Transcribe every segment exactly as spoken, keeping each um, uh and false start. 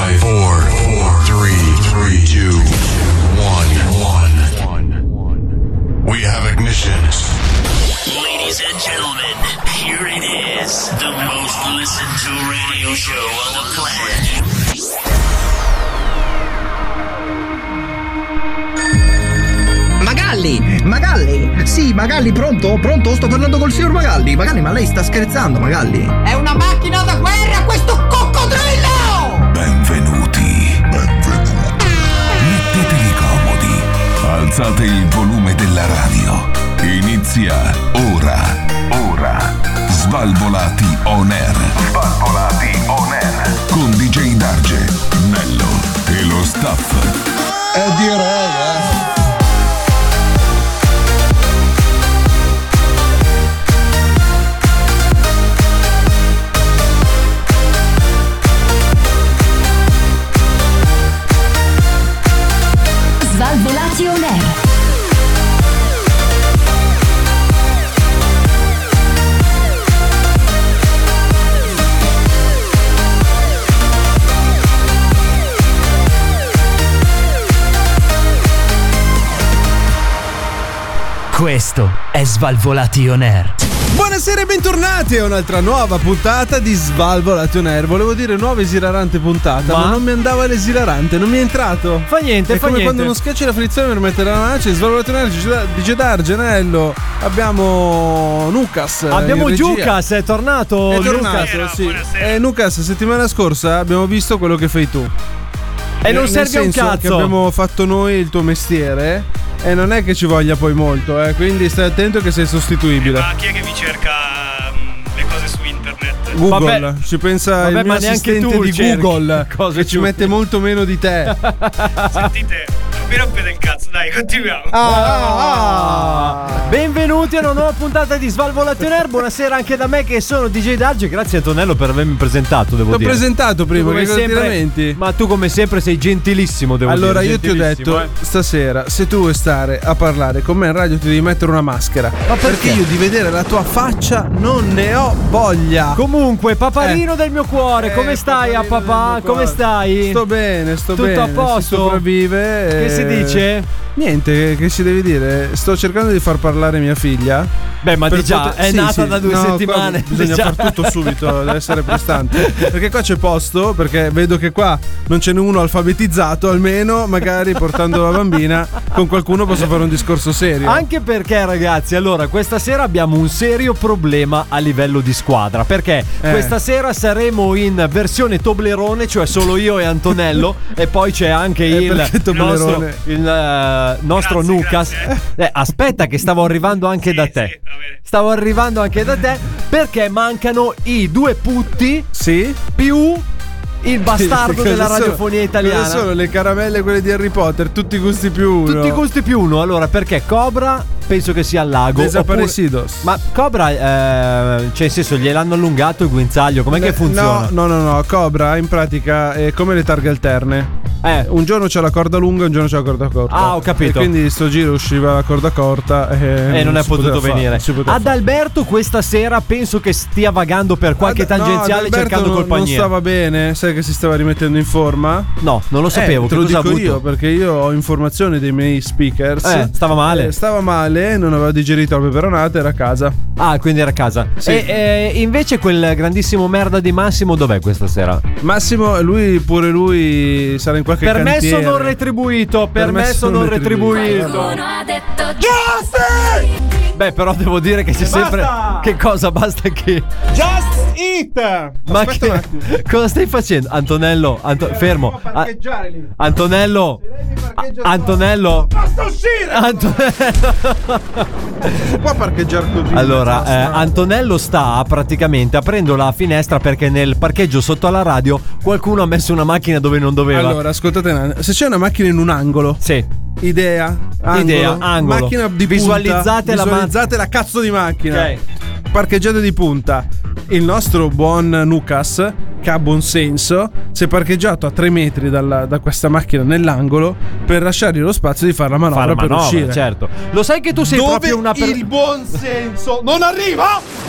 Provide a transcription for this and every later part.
five, four, four, three, three, two, one, one. We have ignition. Ladies and gentlemen, here it is, the most listened to radio show on the planet. Magalli, Magalli, sì, Magalli, pronto? Pronto? Sto parlando col signor Magalli. Magalli, ma lei sta scherzando, Magalli? È una macchina da guerra questo coccodrillo! Benvenuti. Benvenuti. Mettetevi comodi. Alzate il volume della radio. Inizia ora. Ora. Svalvolati on air. Svalvolati on air. Con D J Darge, Nello e lo staff. Eh direi, eh. Svalvolati on air. Questo è Svalvolati on air. Buonasera e bentornati a un'altra nuova puntata di Svalvolati on air. Volevo dire nuova esilarante puntata, ma, ma non mi andava l'esilarante, non mi è entrato. Fa niente, è fa come niente. Quando uno schiaccia la frizione per mettere la mano, Svalvolati on air, D J Dargenello, abbiamo Nukas. Abbiamo Giucas, è tornato. È tornato, Lucas. sì. E Nukas, settimana scorsa abbiamo visto quello che fai tu. E non Nel serve un senso cazzo. che abbiamo fatto noi il tuo mestiere. E non è che ci voglia poi molto, eh, quindi stai attento che sei sostituibile. Eh, ma chi è che vi cerca um, le cose su internet? Google, Vabbè, ci pensa vabbè, il mio ma neanche assistente tu di cerchi Google cose che ci su- mette molto meno di te. Sentite, non vi rompete il cazzo, dai, continuiamo. Ah, ah. Benvenuti a una nuova puntata di Svalvolati on air. Buonasera anche da me che sono D J Darge. Grazie Antonello per avermi presentato, devo L'ho dire. presentato prima, che sempre, lamenti? ma tu come sempre sei gentilissimo, devo allora dire. io ti ho detto eh. stasera, se tu vuoi stare a parlare con me in radio ti devi mettere una maschera. Ma perché? io di vedere la tua faccia non ne ho voglia. Comunque, paparino Eh. del mio cuore, Eh, come stai a paparino del papà? mio Come cuore. stai? Sto bene, sto Tutto bene. a posto? Si sopravvive. Che e- si dice? Niente, che, che si deve dire? Sto cercando di far parlare mia figlia. Beh, ma Per di già, poter- è sì, nata sì. da due No, qua settimane. bisogna Già. far tutto subito, deve essere prestante. Perché qua c'è posto, perché vedo che qua non ce n'è uno alfabetizzato, almeno magari portando la bambina con qualcuno posso fare un discorso serio. Anche perché, ragazzi, allora questa sera abbiamo un serio problema a livello di squadra. Perché Eh. questa sera saremo in versione Toblerone, cioè solo io e Antonello, e poi c'è anche Eh, il perché Toblerone? nostro, il, eh, nostro Grazie, Nukas. grazie. Eh, aspetta, che stavo arrivando anche Sì, da sì, te. va bene. Stavo arrivando anche da te perché mancano i due putti Sì? più il bastardo Cosa della sono- radiofonia italiana. Cosa sono le caramelle quelle di Harry Potter? Tutti i gusti più uno. Tutti i gusti più uno. Allora, perché Cobra penso che sia al lago. Desaparecidos. oppure- Ma Cobra, eh, cioè, in senso, gliel'hanno allungato il guinzaglio. Com'è che Eh, funziona? No, no, no, no. Cobra in pratica è come le targhe alterne. Eh. Un giorno c'è la corda lunga, un giorno c'è la corda corta. Ah, ho capito. E quindi sto giro usciva la corda corta e, E non è si potuto poteva fare, venire. non si poteva Ad fare. Alberto questa sera penso che stia vagando per qualche Ad- no, tangenziale Adalberto cercando non- compagnia. Non stava bene, sai che si stava rimettendo in forma? No, non lo sapevo. Eh, che te lo cosa ha dico avuto? io perché io ho informazioni dei miei speakers. Eh, stava male. Eh, stava male, non aveva digerito la peperonata, era a casa. Ah, quindi era a casa. Sì. E eh, invece quel grandissimo merda di Massimo dov'è questa sera? Massimo, lui pure lui sarà in qualche Permesso cantiere. non retribuito. Permesso non retribuito. Beh, però devo dire che c'è sempre. Basta! Che cosa? Basta che. Just eat! Ma Aspetta che. un attimo. Cosa stai facendo? Antonello, Anto- fermo. A- Parcheggiare lì. Antonello. A- Antonello. Basta uscire! Antonello. Non si può parcheggiare così. Allora, eh, Antonello sta praticamente aprendo la finestra perché nel parcheggio sotto alla radio qualcuno ha messo una macchina dove non doveva. Allora, ascoltate, un attimo. Se c'è una macchina in un angolo, Sì. idea, angolo, Idea, angolo. macchina di Visualizzate punta, la ma- visualizzate la cazzo di macchina. Ok. Parcheggiate di punta. Il nostro buon Nukas, che ha buon senso, si è parcheggiato a tre metri dalla- da questa macchina nell'angolo per lasciargli lo spazio di fare la manovra Fare per manovra, uscire. certo. Lo sai che tu sei Dove proprio una per- il buon senso non arriva?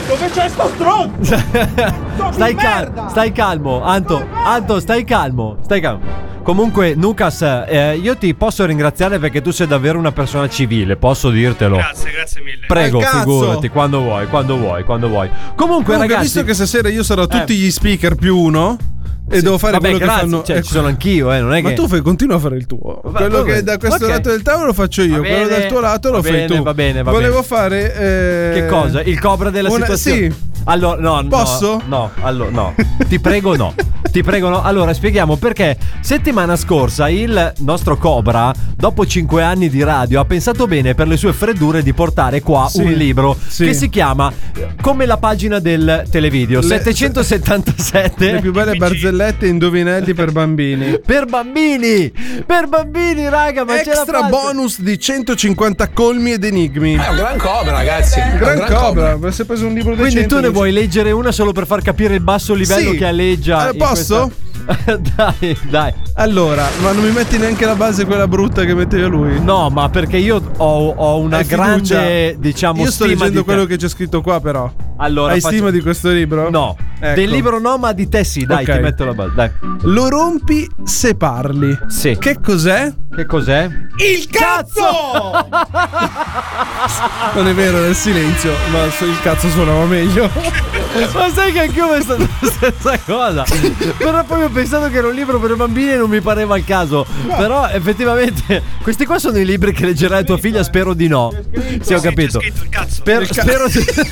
Dove c'è sto stronzo? Stai, cal- stai calmo, Anto. Anto, stai calmo. Stai calmo. Comunque, Nukas, eh, io ti posso ringraziare perché tu sei davvero una persona civile, posso dirtelo. Grazie, grazie mille. Prego, Al cazzo. figurati, quando vuoi, quando vuoi, quando vuoi. Comunque, Comunque, ragazzi, visto che stasera io sarò tutti Eh. gli speaker più uno e sì, devo fare vabbè, quello grazie, che fanno. cioè, ecco. ci sono anch'io, eh, non è Ma che tu fai, continua a fare il tuo. Va- Quello vabbè. che da questo Ok. lato del tavolo lo faccio io, Va quello bene, dal tuo lato lo va fai bene, tu. va bene, va Volevo bene. fare eh, Che cosa? Il cobra della una- situazione? Sì. Allora, no, no. Posso? No, allora, no. Ti prego, no. Ti prego, no. Allora, spieghiamo perché settimana scorsa il nostro Cobra, dopo cinque anni di radio, ha pensato bene per le sue freddure di portare qua Sì, un libro sì. che si chiama come la pagina del televideo Le- settecentosettantasette. Le più belle barzellette e indovinelli per bambini. Per bambini! Per bambini, raga, ma c'è la Extra bonus di centocinquanta colmi ed enigmi. È un gran cobra, ragazzi. È un Gran gran cobra, si è preso un libro Quindi decente. tu ne vuoi leggere una solo per far capire il basso livello Sì. che alleggia? Eh, in posso? questa- dai, dai. Allora, ma non mi metti neanche la base quella brutta che metteva lui? No, ma perché io ho, ho una Hai fiducia? grande, diciamo, Io sto stima leggendo di te. quello che c'è scritto qua, però. Allora, Hai faccio- stima di questo libro? No, Ecco. del libro no, ma di te sì, dai, Ok. ti metto la base, dai. Lo rompi se parli. Sì. Che cos'è? Che cos'è? Il cazzo! Non è vero, nel silenzio, ma so- il cazzo suonava meglio. Ma sai che anch'io ho pensato la stessa cosa. Però poi ho pensato che era un libro per bambini e non mi pareva il caso. Però effettivamente questi qua sono i libri che leggerai a tua figlia, spero di no. Sì, ho capito. C'è scritto il cazzo. Spero, spero,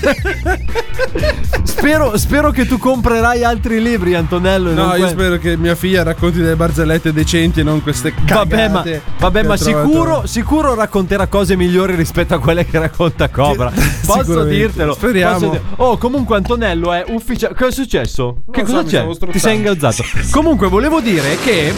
spero, spero che tu comprerai altri libri, Antonello. e No, non io que- spero che mia figlia racconti delle barzellette decenti e non queste cagate. Vabbè, ma, vabbè, che ma ho trovato. sicuro, sicuro racconterà cose migliori rispetto a quelle che racconta Cobra. Posso Sicuramente. dirtelo? Speriamo. Posso dir- Oh, comunque Antonello è ufficiale. Cosa è successo? Che Non so, cosa mi c'è? stavo strozzando. Ti sei ingazzato. Comunque volevo dire che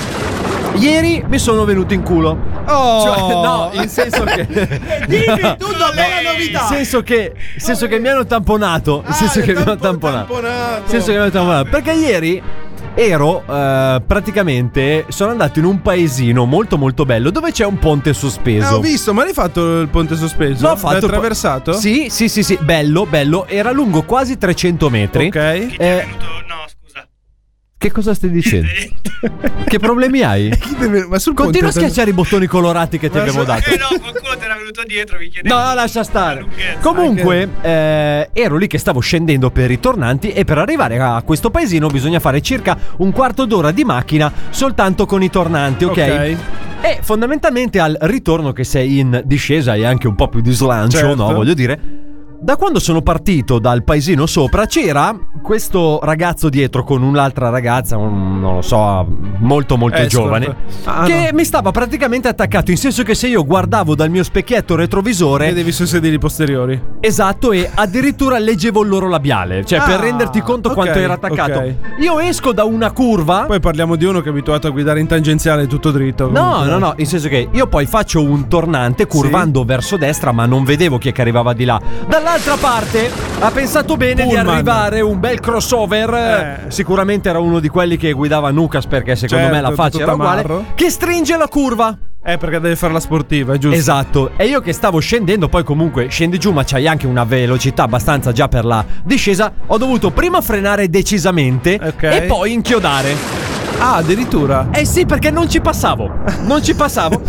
ieri mi sono venuto in culo. Oh, Cioè, no, in senso che Dimmi tu dov'è la novità? in senso che in senso che mi hanno tamponato, in senso Ah, che mi hanno tampo- tamponato. tamponato. In senso che mi hanno tamponato. Perché ieri ero eh, praticamente sono andato in un paesino molto molto bello dove c'è un ponte Eh, sospeso. ho visto, ma l'hai fatto il ponte sospeso? L'ho fatto L'hai il po- attraversato? Sì, sì, sì, sì, bello, bello. Era lungo quasi trecento metri. Ok. Chi ti è Eh, venuto? No, scusa. che cosa stai dicendo? Che problemi hai? Chi deve- Ma sul Continua a ponte schiacciare i bottoni colorati che ti Ma abbiamo so- dato. Eh no, qualcuno ti era venuto dietro, mi chiedevo. No, lascia stare. La lunghezza. Comunque, eh, ero lì che stavo scendendo per i tornanti e per arrivare a questo paesino bisogna fare circa un quarto d'ora di macchina soltanto con i tornanti, ok? Ok. E fondamentalmente al ritorno che sei in discesa e anche un po' più di slancio, Certo. no? Voglio dire. Da quando sono partito dal paesino sopra c'era questo ragazzo dietro con un'altra ragazza, un- non lo so, molto molto Escort. giovane, Ah, che no. mi stava praticamente attaccato, in senso che se io guardavo dal mio specchietto retrovisore, Vedevi sui sedili posteriori. esatto, e addirittura leggevo il loro labiale, cioè per Ah, renderti conto ok, quanto era attaccato. ok. Io esco da una curva. Poi parliamo di uno che è abituato a guidare in tangenziale tutto dritto. No, comunque. no, no, in senso che io poi faccio un tornante curvando verso destra, ma non vedevo chi è che arrivava di là. Dall'altra parte ha pensato bene Pullman. di arrivare un bel crossover. Eh. Sicuramente era uno di quelli che guidava Nukas, perché secondo Certo, me la faccia tutto era uguale. tamarro. Che stringe la curva. Eh, perché deve fare la sportiva, è giusto? Esatto. E io che stavo scendendo, poi comunque scendi giù, ma c'hai anche una velocità abbastanza già per la discesa. Ho dovuto prima frenare decisamente Ok. e poi inchiodare. Ah, addirittura. Eh sì, perché non ci passavo. Non ci passavo.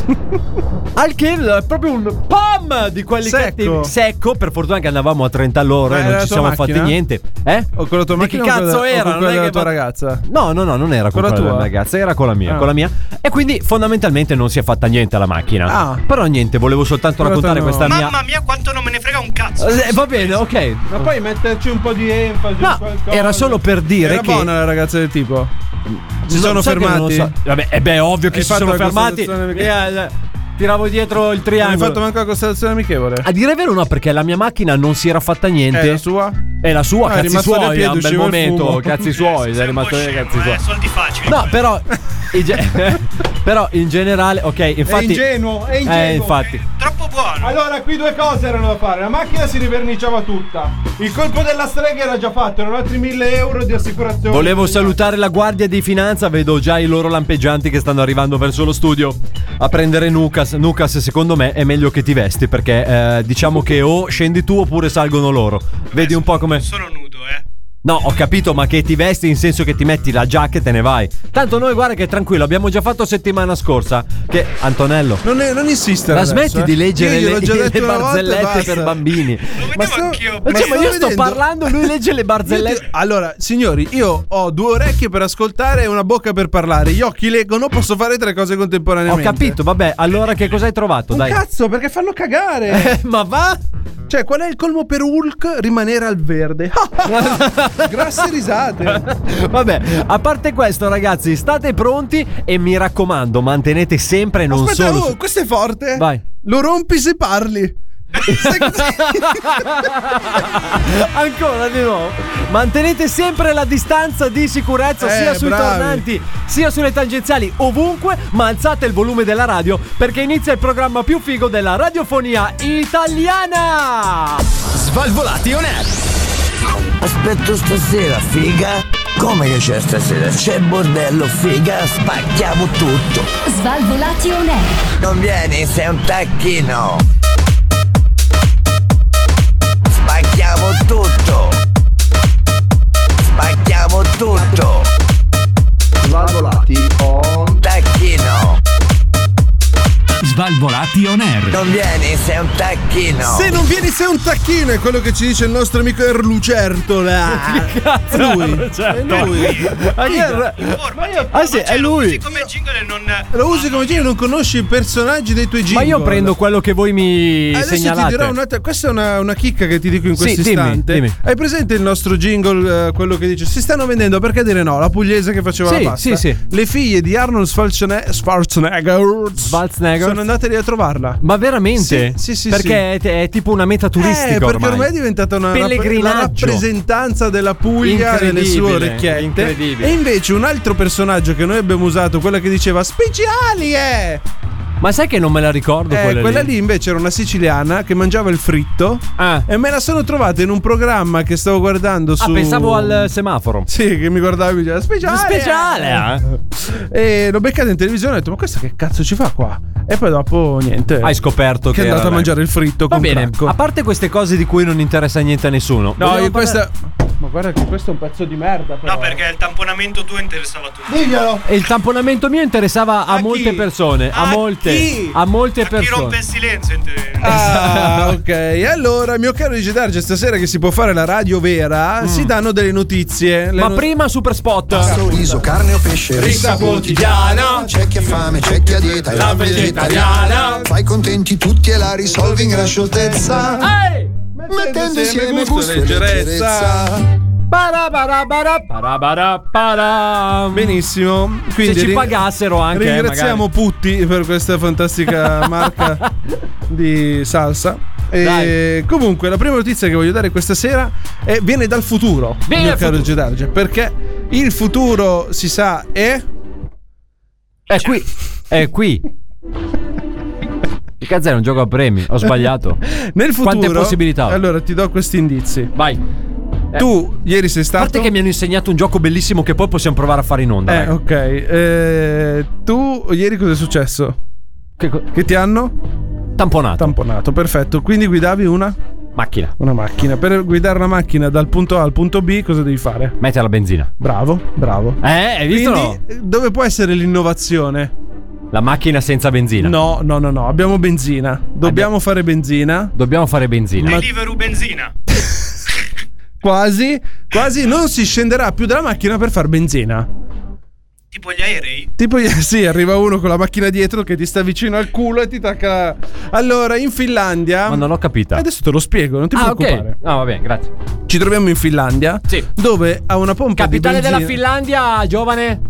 Al che eh, proprio un pam di quelli Secco. che secco. Per fortuna che andavamo a trenta all'ora Ma e era non la ci tua siamo macchina? fatti niente. Eh? O con la tua Di macchina che o con cazzo la- o era? con Non quella è della che tua va- ragazza? No, no, no, non era con Con la quella della tua? ragazza, era con la mia, Ah. con la mia. E quindi fondamentalmente non si è fatta niente alla macchina. Ah. Però niente, volevo soltanto Però raccontare no. questa mia. Mamma mia, quanto non me ne frega un cazzo. Eh, va bene, ok. Ma poi metterci un po' di enfasi. No, su qualcosa. era solo per dire Era che- buona la ragazza del tipo. Si No, sono sai che non lo fermati? so. Vabbè, eh beh, ovvio che Hai si fatto sono la fermati. constatazione Eh, eh, tiravo dietro il Non triangolo. hai fatto manco la costellazione amichevole? A dire il vero no, perché la mia macchina non si era fatta niente. Eh, la sua? È la sua, Ah, è cazzi rimasto lì a suoi, piedi, a un bel usciva il momento, fumo. cazzi suoi, Sei è un rimasto po' lì, scemo, cazzi suoi. eh, soldi facili. No, però i ge- Però in generale, ok, infatti. È ingenuo, è ingenuo. Eh, infatti. Troppo buono. Allora, qui due cose erano da fare. La macchina si riverniciava tutta. Il colpo della strega era già fatto. Erano altri mille euro di assicurazione. Volevo salutare la guardia di finanza. Vedo già i loro lampeggianti che stanno arrivando verso lo studio a prendere Nucas. Nucas, secondo me è meglio che ti vesti, perché eh, diciamo che o scendi tu oppure salgono loro. Vedi un po' come. Sono nudo, eh. No, ho capito, ma che ti vesti in senso che ti metti la giacca e te ne vai. Tanto noi, guarda che è tranquillo, abbiamo già fatto settimana scorsa. Che Antonello, Non, è, non insistere. la adesso, smetti eh. di leggere Io gliel'ho le, già le detto una volta e barzellette basta. per bambini. Lo vedevo Ma sto- anch'io. ma Ma, cioè, ma io sto vedendo? parlando, lui legge le Io barzellette. ti- Allora, signori, io ho due orecchie per ascoltare e una bocca per parlare. Gli occhi leggono, posso fare tre cose Ho contemporaneamente. capito, vabbè, allora che cosa hai trovato? Un Dai. cazzo, perché fanno cagare. Eh, ma va? Cioè, qual è il colmo per Hulk? Rimanere al verde. Grasse risate. Vabbè, a parte questo, ragazzi, state pronti e mi raccomando, mantenete sempre non Aspetta, solo. oh, questo è forte. Vai. Lo rompi se parli. Sai cos'è? Ancora di nuovo. Mantenete sempre la distanza di sicurezza, Eh, sia sui bravi. tornanti sia sulle tangenziali, ovunque, ma alzate il volume della radio perché inizia il programma più figo della radiofonia italiana. Svalvolati on air. Aspetto stasera, figa. Come che c'è stasera? C'è bordello, figa, spacchiamo tutto. Svalvolati on air. Non vieni, sei un tacchino. Spacchiamo tutto. Spacchiamo tutto. Svalvolati on Tacchino. Svalvolati on air. Non vieni, sei un tacchino. Se non vieni sei un tacchino, è quello che ci dice il nostro amico Erlucertola. Che cazzo? È lui. Certo. È lui. Ma che er- Informati. Ah, sì, è lui. Così come jingle e non. Lo usi come jingle, non conosci i personaggi dei tuoi jingle. Ma io prendo quello che voi mi Adesso segnalate. ti dirò un'altra. Questa è una, una chicca che ti dico in Sì, questo dimmi, istante. dimmi. Hai presente il nostro jingle, eh, quello che dice si stanno vendendo, perché dire no? La pugliese che faceva Sì, la pasta. sì, sì. Le figlie di Arnold Schwarzenegger, Schwarzenegger, Schwarzenegger. sono andate lì a trovarla. Ma veramente? Sì, sì, sì, Perché sì. È, è tipo una meta turistica Eh, perché ormai. ormai è diventata una rapp- la pellegrinaggio. rappresentanza della Puglia nelle sue Incredibile, orecchiette. incredibile. E invece un altro personaggio che noi abbiamo usato, quella che diceva speciali, eh! Ma sai che non me la ricordo Eh, quella, quella lì invece era una siciliana che mangiava il fritto. Ah. E me la sono trovata in un programma che stavo guardando su. Ah, pensavo al semaforo. Sì, che mi guardava e mi diceva speciale. Speciale, eh. E l'ho beccata in televisione e ho detto: ma questa che cazzo ci fa qua? E poi dopo niente. Hai scoperto che, che è andata era a mangiare il fritto Va con bene, cracco. a parte queste cose di cui non interessa niente a nessuno. No, vogliamo io parlare- questa. Ma guarda che questo è un pezzo di merda. Però. No, perché il tamponamento tuo interessava a tutti. Diglielo. E il tamponamento mio interessava a, A chi? molte persone. A, A molte. chi? A molte A chi persone. rompe il silenzio? inter- Ah, ok. E allora, mio caro Luigi Darge, stasera che si può fare la radio vera, si danno delle notizie. Le Ma no- prima super spot. Riso, carne o pesce, Rissa quotidiana. c'è chi ha fame, c'è chi ha dieta, La vegetariana. Fai contenti tutti e la risolvi in gran scioltezza. Ehi! Mettendo insieme gusto gusto e e leggerezza. leggerezza. Parabarabara, parabarapara. Benissimo. Quindi Se ci ri- pagassero anche, eh, ringraziamo Putti per questa fantastica marca di salsa. E Dai. comunque la prima notizia che voglio dare questa sera è, viene dal futuro, Viene mio dal caro futuro. Gedarge, perché il futuro si sa è È qui. È qui. Che cazzo è un gioco a premi? Ho sbagliato. nel futuro. Quante possibilità ho? Allora ti do questi indizi. Vai. Eh, Tu ieri sei A stato. parte che mi hanno insegnato un gioco bellissimo che poi possiamo provare a fare in onda. Eh, dai. ok. Eh, tu ieri cosa è successo? Che, co- Che ti hanno tamponato. tamponato. Perfetto. Quindi guidavi una Macchina. una macchina. Per guidare una macchina dal punto A al punto B, cosa devi fare? Metti la benzina. Bravo, bravo. Eh, hai visto? Quindi, dove può essere l'innovazione? La macchina senza benzina. No, no, no, no. Abbiamo benzina. Dobbiamo Abbiamo- fare benzina. Dobbiamo fare benzina. Hai Deliveroo benzina. Quasi, quasi non si scenderà più dalla macchina per far benzina. Tipo gli aerei. Tipo, sì, arriva uno con la macchina dietro che ti sta vicino al culo e ti tacca. Allora, in Finlandia. Ma non l'ho capita. Adesso te lo spiego, non ti Ah, preoccupare. ok. No, va bene, grazie. Ci troviamo in Finlandia. Sì. Dove a una pompa Capitale di benzina. della Finlandia, giovane.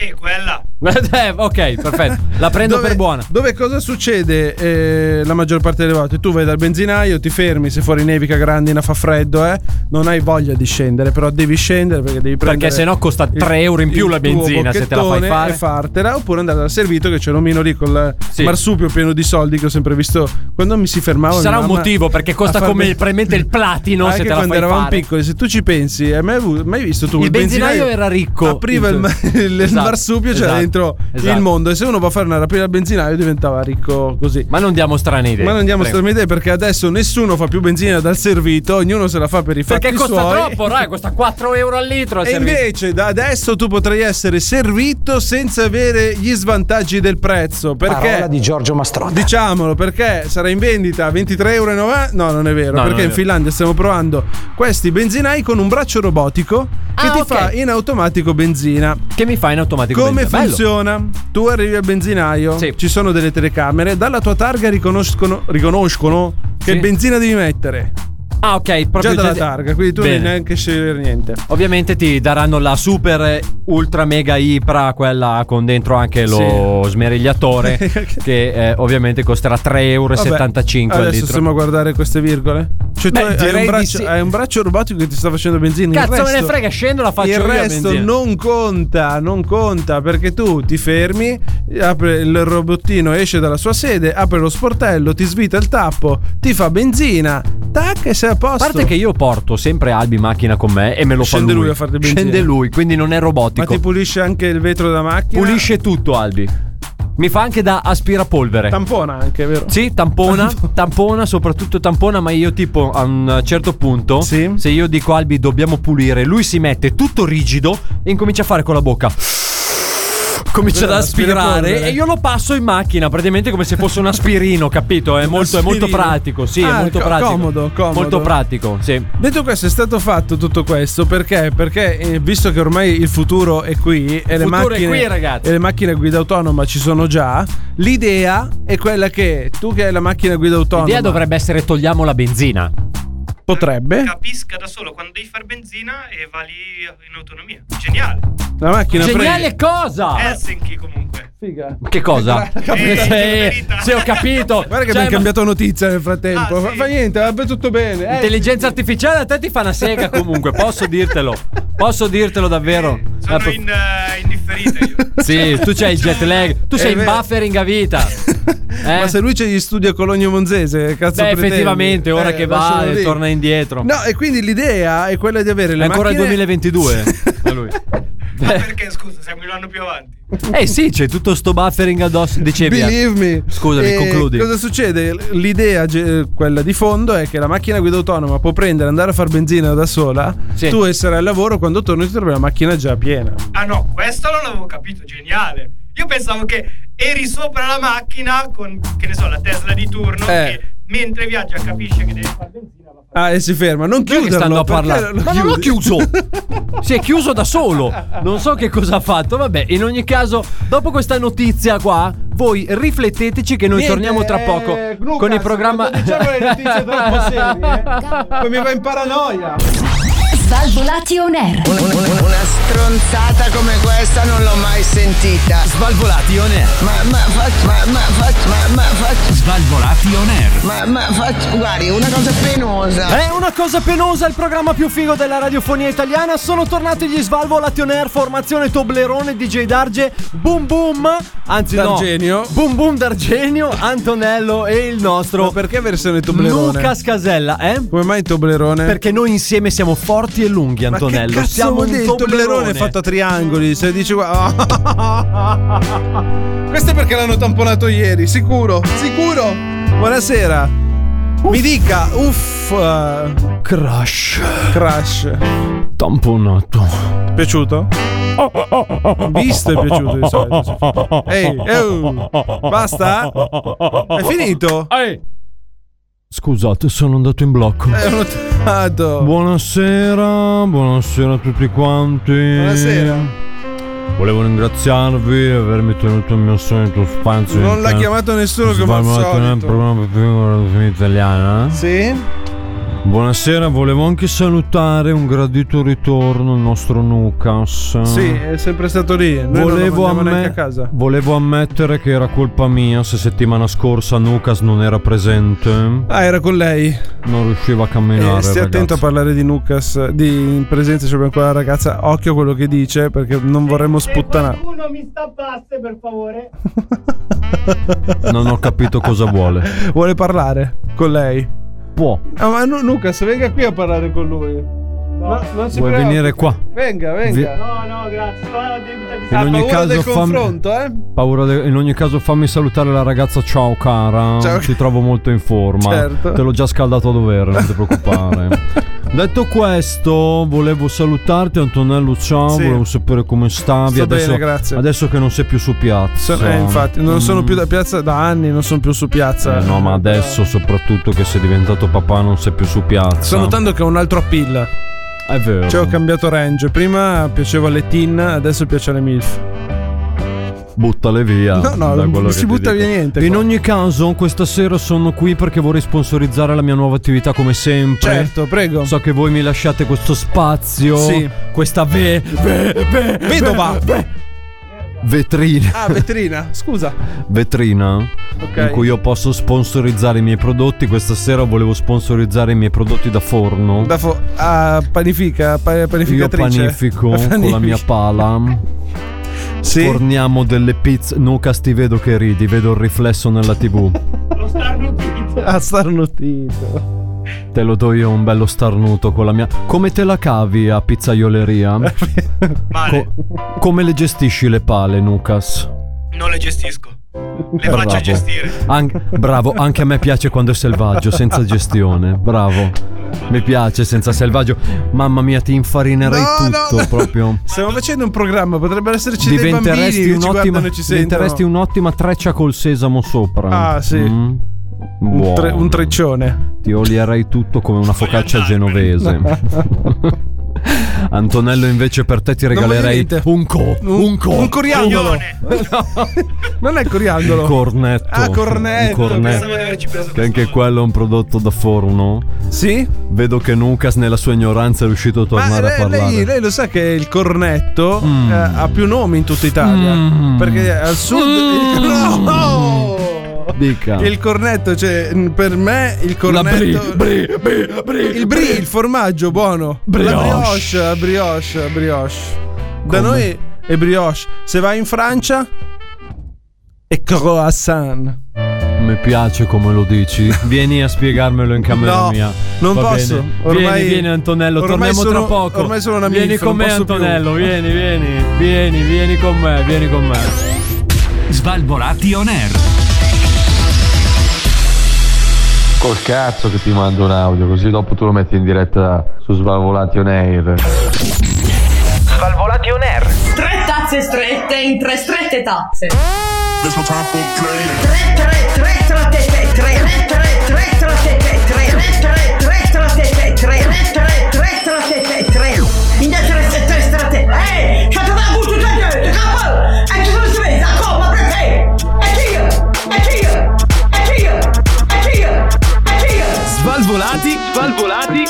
E quella. Eh, ok, perfetto. La prendo Dove- per buona. Dove cosa succede eh, la maggior parte delle volte? Tu vai dal benzinaio, ti fermi, se fuori nevica, grandina, fa freddo, eh, non hai voglia di scendere, però devi scendere perché devi prendere. Perché sennò costa tre euro in più il la tuo benzina se te la fai bocchettone fare. e fartela, oppure andare dal servito che c'è l'omino lì col Sì. marsupio pieno di soldi che ho sempre visto quando mi si fermava. Ci sarà mia un mamma motivo, perché costa a far come ben- probabilmente il platino Anche se te la quando fai eravamo fare. piccoli, se tu ci pensi, hai mai, avuto- mai visto tu Il benzinaio era ricco. Apriva il, ma- il Esatto, marsupio, c'era esatto, dentro esatto. il mondo, e se uno va a fare una rapina al benzinaio diventava ricco così. Ma non diamo strane idee. Ma non diamo Prego. strane idee, perché adesso nessuno fa più benzina dal servito, ognuno se la fa per i fatti Perché costa suoi. troppo, dai, costa quattro euro al litro al E servizio. invece da adesso tu potrai essere servito senza avere gli svantaggi del prezzo. Perché? Parola di Giorgio Mastrota. Diciamolo, perché sarà in vendita a ventitré euro e novanta. No, non è vero, No, non perché è in vero. Finlandia stiamo provando questi benzinai con un braccio robotico che Ah, ti ok. fa in automatico benzina. Che mi fa in automatico Come benzina. Bello. funziona? Tu arrivi al benzinaio, Sì. ci sono delle telecamere, dalla tua targa riconoscono, riconoscono che Sì. benzina devi mettere. Ah, ok, proprio Già dalla già- targa, quindi tu non Bene. devi neanche scegliere niente. Ovviamente ti daranno la super eh, ultra mega ipra, quella con dentro anche lo smerigliatore, che eh, ovviamente costerà tre euro e settantacinque al Adesso litro. stiamo a guardare queste virgole. Cioè, Beh, tu hai direi un, di braccio, sì. hai un braccio robotico che ti sta facendo benzina. Cazzo il resto, me ne frega, scendo, la faccio il io a resto benzina. non conta, non conta, perché tu ti fermi, apre il robottino, esce dalla sua sede, apre lo sportello, ti svita il tappo, ti fa benzina, tac, e sei a posto. A parte che io porto sempre Albi in macchina con me e me lo Scende fa lui. lui a farti benzina. Scende lui, quindi non è Ma robotico. ti pulisce anche il vetro della macchina? Pulisce tutto Albi. Mi fa anche da aspirapolvere. Tampona anche, vero? Sì, tampona, tampona, soprattutto tampona, ma io tipo a un certo punto, Sì. se io dico Albi dobbiamo pulire, lui si mette tutto rigido e incomincia a fare con la bocca. Comincia ad Quello è aspirare l'aspirapolvere. e io lo passo in macchina, praticamente come se fosse un aspirino, capito? È molto, è molto aspirino. pratico, sì, è Ah, molto co- pratico. comodo, comodo. Molto pratico, sì. Detto questo, è stato fatto tutto questo perché? Perché eh, visto che ormai il futuro è qui e le futuro è macchine qui, ragazzi. e le macchine a guida autonoma ci sono già, l'idea è quella che tu che hai la macchina a guida autonoma L'idea dovrebbe essere togliamo la benzina. potrebbe Capisca da solo quando devi fare benzina e va lì in autonomia. Geniale. la macchina Geniale prende- cosa? Helsinki comunque. Figa. Che cosa? Eh, Sì, sì, ho capito. Guarda che Cioè, abbiamo ma- cambiato notizia nel frattempo. Ah, fa, sì. fa niente, va tutto bene. Eh, Intelligenza artificiale a te ti fa una sega comunque, posso dirtelo. Posso dirtelo davvero. Sono Eh, in, eh, in differita io. Sì, tu c'hai il jet lag, tu sei in vero. buffering a vita. Eh? Ma se lui c'è gli studi a Cologno Monzese, cazzo Beh, pretendi? effettivamente, ora Eh, che va lascialo e lì. torna indietro. No, e quindi l'idea è quella di avere le È ancora il macchine duemilaventidue a lui. Ma perché scusa, siamo un anno più avanti. Eh sì, c'è tutto sto buffering addosso. Dicevi. eh. Believe me. Scusami, E concludi. Cosa succede? L'idea, ge- quella di fondo, è che la macchina a guida autonoma può prendere, andare a far benzina da sola. Sì. Tu essere al lavoro, quando torni ti trovi la macchina già piena. Ah no, questo non l'avevo capito, geniale. Io pensavo che eri sopra la macchina con, che ne so, la Tesla di turno Eh. che mentre viaggia capisce che deve fare benzina. va a fare- Ah, e si ferma. Non Chi è che chiuderlo. stanno a perché parlare? lo Ma non l'ho chiudi? chiuso. Si è chiuso da solo. Non so che cosa ha fatto. Vabbè, in ogni caso, dopo questa notizia qua, voi rifletteteci che noi Niente, torniamo tra poco eh, Lucas, con il programma. quando diciamo le notizie troppo serie, eh, poi mi va in paranoia. Svalvolati on air. Una stronzata come questa non l'ho mai sentita. Svalvolati on air. Ma, ma, faccio, ma, ma, faccio, ma, ma, faccio, Svalvolati on air. ma, ma, faccio, guardi, una cosa penosa. È una cosa penosa, il programma più figo della radiofonia italiana. Sono tornati gli Svalvolati on air, formazione Toblerone, D J Darge, Boom Boom, anzi D'Argenio. no, Boom Boom D'Argenio, Antonello e il nostro Ma perché versione Toblerone? Lucas Casella, eh? Come mai Toblerone? Perché noi insieme siamo forti e lunghi, Ma Antonello. che cazzo Siamo vuol un dire? Il Toblerone Toblerone è fatto a triangoli. Se dici guarda. Questo è perché l'hanno tamponato ieri, sicuro, sicuro. Buonasera. Mi dica, uff. uh, Crash. Crash. Tamponato. Piaciuto? Visto è piaciuto di solito. Ehi, oh, basta? È finito? Ehi. Scusate, sono andato in blocco. È notato. Buonasera, buonasera a tutti quanti. Buonasera. Volevo ringraziarvi di avermi tenuto il mio solito spazio. Non l'ha chiamato nessuno come al Svalvolati on air, solito. programma più figo della radiofonia italiana. Sì? Buonasera, volevo anche salutare un gradito ritorno il nostro Nukas. Sì, è sempre stato lì. Noi Volevo, non lo mandiamo amme- neanche a casa. volevo ammettere che era colpa mia se settimana scorsa Nukas non era presente. Ah, era con lei. Non riusciva a camminare. Eh, stia ragazzi. attento a parlare di Nukas, di in presenza c'è quella ragazza. Occhio a quello che dice, perché non vorremmo sputtanare. Qualcuno mi stappasse, per favore. Non ho capito cosa vuole. Vuole parlare con lei? Può. Ah, ma nu- Nukas, venga qui a parlare con lui. No, non si Vuoi preoccupi. venire qua? Venga, venga. Vi- No, no, grazie. Sto alla debita di In ogni paura caso del fammi- confronto, eh? Paura de- in ogni caso fammi salutare la ragazza. Ciao cara. Ciao. Ti trovo molto in forma. Certo. Te l'ho già scaldato a dovere, non ti preoccupare. Detto questo, volevo salutarti Antonello, ciao, Sì. volevo sapere come stavi. Sto adesso, bene, grazie. adesso che non sei più su piazza. Sono- eh, infatti, non sono Mm. più da piazza da anni, non sono più su piazza. Eh, no, ma adesso soprattutto che sei diventato papà non sei più su piazza. Sto notando che ho un altro appeal. È vero. Cioè, ho cambiato range. Prima piaceva alle teen, adesso piace alle MILF. Buttale via. No, no, da quello non che si ti butta dico. via niente In qua. ogni caso, questa sera sono qui perché vorrei sponsorizzare la mia nuova attività come sempre. Certo, prego. So che voi mi lasciate questo spazio. Sì. Questa ve, ve, ve, Vedova. ve- vetrina. Ah, vetrina. Scusa. Vetrina Ok. in cui io posso sponsorizzare i miei prodotti. Questa sera volevo sponsorizzare i miei prodotti da forno. Da fo- ah, panifica, pa- Io panificatrice. panifico con la Panifici. mia pala. Sì. Forniamo delle pizze. Nucas, ti vedo che ridi, vedo il riflesso nella tivù. Lo starnutito. Ah, starnutito. Te lo do io un bello starnuto con la mia. Come te la cavi a pizzaioleria? Male. Co- come le gestisci le pale, Nucas? Non le gestisco. Le Bravo. faccio gestire. An- bravo, anche a me piace quando è selvaggio, senza gestione. Bravo. Mi piace senza selvaggio. Mamma mia, ti infarinerei No, tutto no, no. proprio. Stiamo facendo un programma, potrebbero esserci dei bambini Diventeresti che ci un'ottima, guardano e ci sentono. diventeresti un'ottima treccia col sesamo sopra. Ah, sì. Mm. Un, Buono. tre- un treccione. Ti olierei tutto come una focaccia genovese. Antonello, invece per te ti Non voglio regalerei niente. un co, un co, Un coriandolo. Non è coriandolo. un cornetto. Ah, cornetto. Un cornetto. Che anche quello è un prodotto da forno. Sì? Vedo che Nucas nella sua ignoranza è riuscito a Ma tornare a lei, parlare. lei, lei lo sa che il cornetto Mm. eh, ha più nomi in tutta Italia. Mm. Perché al sud. Il, no! Dica. Il cornetto, cioè, mh, per me il La brie, cornetto. brie, brie, brie, il brie, il formaggio buono. Brioche. La brioche, la brioche, la brioche. Da Come? noi è brioche. Se vai in Francia è croissant. Mi piace come lo dici. Vieni a spiegarmelo in camera No, mia. non Va posso. bene. Ormai- vieni, vieni Antonello, ormai torniamo sono- tra poco. ormai sono una Vieni milf, con non me posso più. Antonello, vieni, vieni. Vieni, vieni con me, vieni con me. Svalvolati on air. Col cazzo che ti mando un audio, così dopo tu lo metti in diretta su Svalvolati on air. Svalvolati on air. Tre tazze strette in tre strette tazze. Tre, tre, tre trattete, tre, tre, tre trattete, tre, tre, tre trattete, tre, tre, tre trattete, tre. In tre, tre strate. Ehi, che te la butto da te, capo! E ci sono sveglia, come perché? E chi io? E chi io? E chi io? E chi io? E chi io? Svalvolati, svalvolati.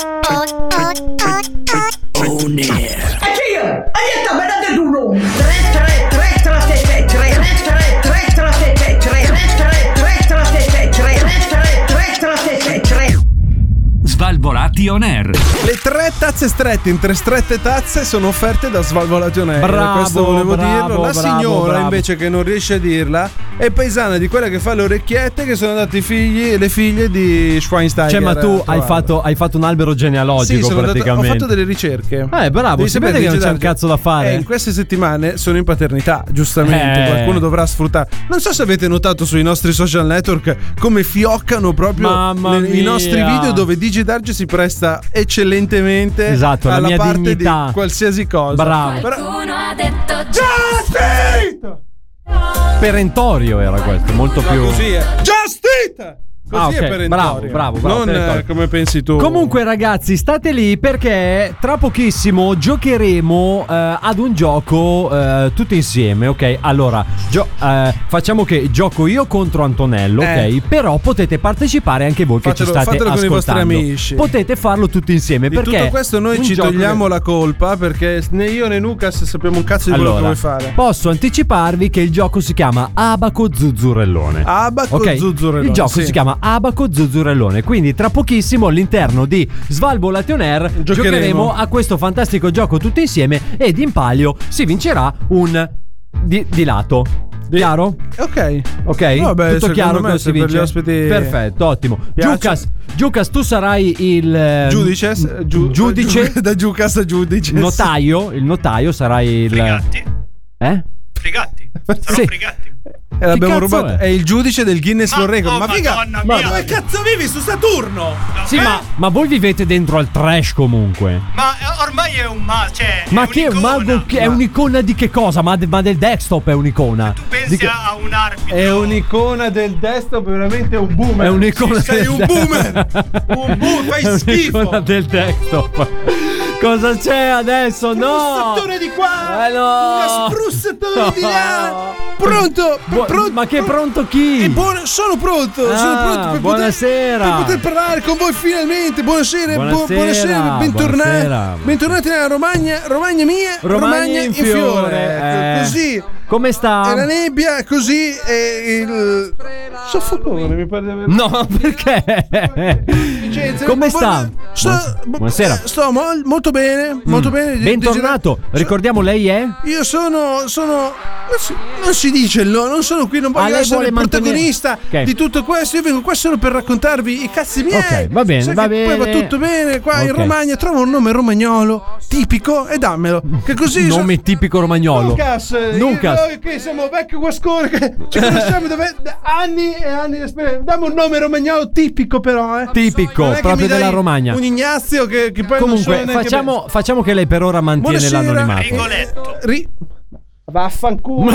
On air. E chi io? E niente, me ne do uno. Tre, tre, tre trattete, tre, tre, tre trattete, tre, tre, tre trattete, tre, tre, tre trattete, tre. Svalvolati on air. Le tre tazze strette in tre strette tazze sono offerte da Svalvolati on air. Bravo, Questo volevo bravo, dirlo. La bravo, signora bravo. invece che non riesce a dirla è paesana di quella che fa le orecchiette, che sono andate i figli, le figlie di Schweinsteiger. Cioè, ma tu a hai trovarla. fatto, hai fatto un albero Sì, genealogico sono andato- praticamente. ho fatto delle ricerche. Eh, bravo, Devi si sapere vede che non Gigi c'è un D'Arge- cazzo da fare. Eh, in queste settimane sono in paternità, giustamente. Eh. Qualcuno dovrà sfruttare. Non so se avete notato sui nostri social network come fioccano proprio Mamma le- i nostri mia. video dove Digi D'Arge si presta eccellentemente Esatto, la alla mia parte dignità. di qualsiasi cosa. Bravo. Però- Qualcuno ha detto Just Eat! Perentorio era questo, molto No, più. così è. Just Eat! Così Ah, ok, è perentorio. bravo, bravo, bravo, Non perentorio. eh, come pensi tu. Comunque ragazzi, state lì perché tra pochissimo giocheremo eh, ad un gioco eh, tutti insieme, ok? Allora, gio- eh, facciamo che gioco io contro Antonello, Eh. ok? Però potete partecipare anche voi che Fatelo- ci state fatelo con i ascoltando. vostri amici. Potete farlo tutti insieme Di perché tutto questo noi un ci gioco togliamo che- la colpa perché né io né Lucas sappiamo un cazzo di quello Allora, che vuoi fare. posso anticiparvi che il gioco si chiama Abaco Zuzzurellone. Abaco Ok? Zuzzurellone, Il gioco sì. si chiama Abaco Zuzzurellone. Quindi tra pochissimo all'interno di Svalvolation Air Giocheremo. giocheremo a questo fantastico gioco tutti insieme ed in palio si vincerà un di, di lato. Chiaro? Ok. Ok? Vabbè, Tutto secondo chiaro me come se si per vince? gli ospiti Perfetto, ottimo. piace. Giucas, Giucas, tu sarai il eh, Giudice, giu- giudice giu- da Giucas a giudice. notaio, il notaio sarai il Frigatti? Eh? Frigatti? Sarò Sì. frigatti. E l'abbiamo cazzo rubato. è? È il giudice del Guinness Ma- World Record. oh, Ma figa, Madonna ma mia. dove cazzo vivi su Saturno? Sì, ma, ma voi vivete dentro al trash comunque. Ma eh, ormai è un ma, cioè. Ma è che è un un'icona. mago? Che è un'icona di che cosa? Ma, de- ma del desktop è un'icona. Tu pensi Di che- a un arbitro? È un'icona del desktop, veramente un boomer. È un'icona Sei del un de- boomer. Un boomer, fai È schifo. un'icona del desktop. Cosa c'è adesso? No! Spruzzatore di qua. Eh no! Una spruzzatore di là. Pronto? Bu- pronto? ma che pronto chi? E buono- sono pronto, Ah, sono pronto per buonasera. poter, per poter parlare con voi finalmente. Buonasera, bu- Buonasera, buonasera, bentornati. buonasera. Bentornati nella Romagna, Romagna mia, Romagna in fiore, Ecco, eh. così. Come sta? E la nebbia, così e il soffocone, mi pare di aver. No, perché? Vincenzo, Come bu- sta? Sto, bu- Buonasera. Sto mol- molto bene, molto bene. Di- Bentornato. di- Ricordiamo, lei è? Io sono, sono non, si, non si dice il no, non sono qui, non voglio Ah, lei essere vuole il mantenere- protagonista Ok. di tutto questo. Io vengo qua solo per raccontarvi i cazzi miei. Ok, va bene, Sai va che Poi va bene. tutto bene. Qua in Ok. Romagna trovo un nome romagnolo tipico e dammelo. Che così Nome tipico romagnolo. Lucas, Lucas. Io, che siamo vecchio guascone, che ci conosciamo da, da anni e anni di esperienza. Dammi un nome romagnolo tipico, però, eh. Tipico, Non è che proprio mi dai della Romagna. Un Ignazio che, che poi non Comunque, so neanche facciamo, facciamo che lei per ora mantiene Buonasera. l'anonimato. Rigoletto. Ri- Vaffanculo.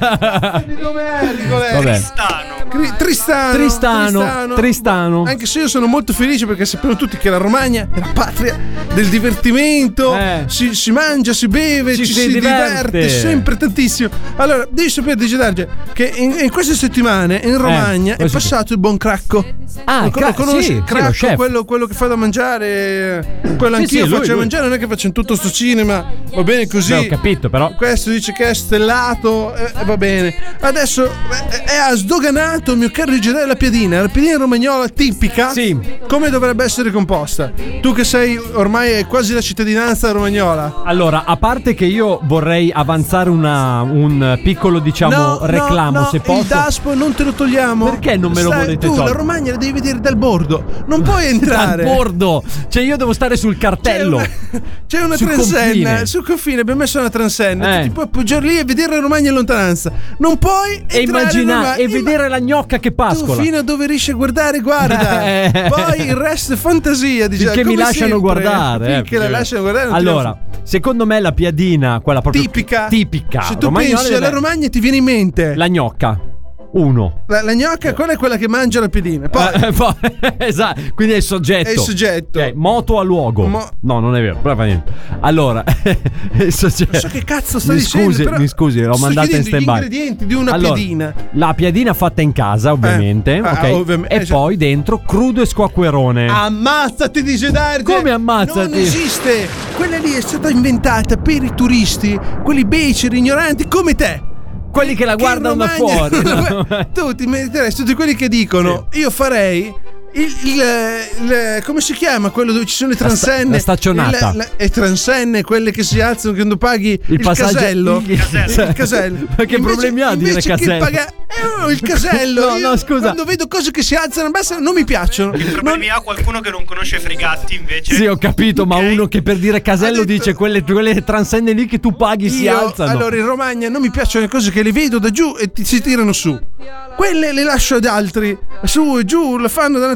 Di nome è Rigoletto? Vabbè. Tristano. Cri- Tristano, Tristano, Tristano. Anche se io sono molto felice perché sappiamo tutti che la Romagna è la patria del divertimento. Eh. Si, si mangia, si beve, Ci ci, si si diverte. diverte. sempre tantissimo. Allora, devi sapere, Dice Darge, che in, in queste settimane in Romagna è questo sì. passato il buon Cracco. Ah, lo, Cra- lo conosci? sì, sì, lo Cracco, chef. quello, quello che fa da mangiare. Quello Sì, anch'io sì, lui, faccio da lui. mangiare, non è che faccio in tutto sto cinema. Va bene così. Beh, ho capito, però. Questo dice che è stellato, eh, va bene. Adesso eh, è, ha sdoganato, mio caro Rigidare, la piadina. La piadina romagnola tipica. Sì. Come dovrebbe essere composta? Tu che sei ormai è quasi la cittadinanza romagnola. Allora, a parte che io vorrei avanzare una, un piccolo, diciamo, No, reclamo, no, no, se il posso. DASPO non te lo togliamo. Perché non me lo Stai- volete tu togliere? la Romagna la devi vedere dal bordo. Non puoi entrare. Dal bordo. Cioè, io devo stare sul C'è cartello. una, c'è una Sul transenna confine. sul confine, abbiamo messo una transenna. Eh. Tu ti puoi appoggiare lì e vedere la Romagna in lontananza. Non puoi E entrare in immaginare Romagna. e vedere la gnocca che Tu pascola. fino a dove riesci a guardare, guarda. Eh. Poi il resto è fantasia. Diciamo, Finché mi come lasciano sempre. guardare. Finché eh, la lasciano guardare. non ti Allora, secondo me la piadina, quella proprio tipica. tipica Se tu romagnola pensi deve- alla Romagna ti viene in mente la gnocca. Uno. la, la gnocca, quella è quella che mangia la piadina. Poi Eh, poi- esatto, quindi è il soggetto. è il soggetto. Ok, moto a luogo. Mo- no, non è vero, però fa niente. Allora, il soggetto. Non so che cazzo stai mi dicendo, scusi, però mi scusi, l'ho sto mandata in chiedendo stand by. gli ingredienti di una Allora, piadina. La piadina fatta in casa, ovviamente. Eh, ah, ok? ovviam- e eh, cioè- poi dentro crudo e squacquerone. Ammazzati di Gedarge. Come ammazzati? Non esiste. Quella lì è stata inventata per i turisti, quelli beceri, ignoranti come te. Quelli che la Che guardano da in Romagna- fuori. Tu ti meriteresti tutti quelli che dicono io farei il, il- il- come si chiama quello dove ci sono le La sta- transenne, la staccionata. Il- la- e transenne, quelle che si alzano quando paghi il, Il passaggio- casello. il- Il, il casello. Ma che problemi ha a dire invece che casello? paga- eh, no, il casello. No, Io no, scusa. Quando vedo cose che si alzano e basta, non mi piacciono. Che problemi ha qualcuno che non conosce Frigatti invece? Sì, ho capito, ma Ok. uno che per dire casello Ha detto- dice quelle, quelle transenne lì che tu paghi si Io, alzano. allora in Romagna non mi piacciono le cose che le vedo da giù e ti, si tirano su. Quelle le lascio ad altri. Su e giù, le fanno da una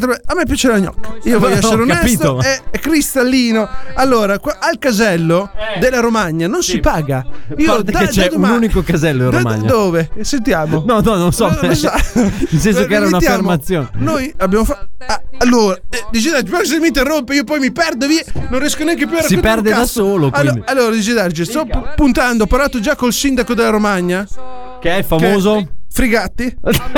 potrebbe... A me piace la gnocca. Io voglio No, essere ho onesto, capito. è, è cristallino. Allora, qua, al casello della Romagna non si paga. Io Guarda da, che da c'è domani- un unico casello in da- Romagna. Dove? Sentiamo. No, no, non so. Non lo so. Nel senso che era Mettiamo- un'affermazione. Noi abbiamo fatto. Ah, allora, eh, Digidarge, però se mi interrompe, io poi mi perdo via. Non riesco neanche più a Si raccontare un perde da cazzo. solo, Allora, quindi. allora Digidarge, sto pu- puntando. Ho parlato già col sindaco della Romagna. Che è il famoso? Che- Frigatti.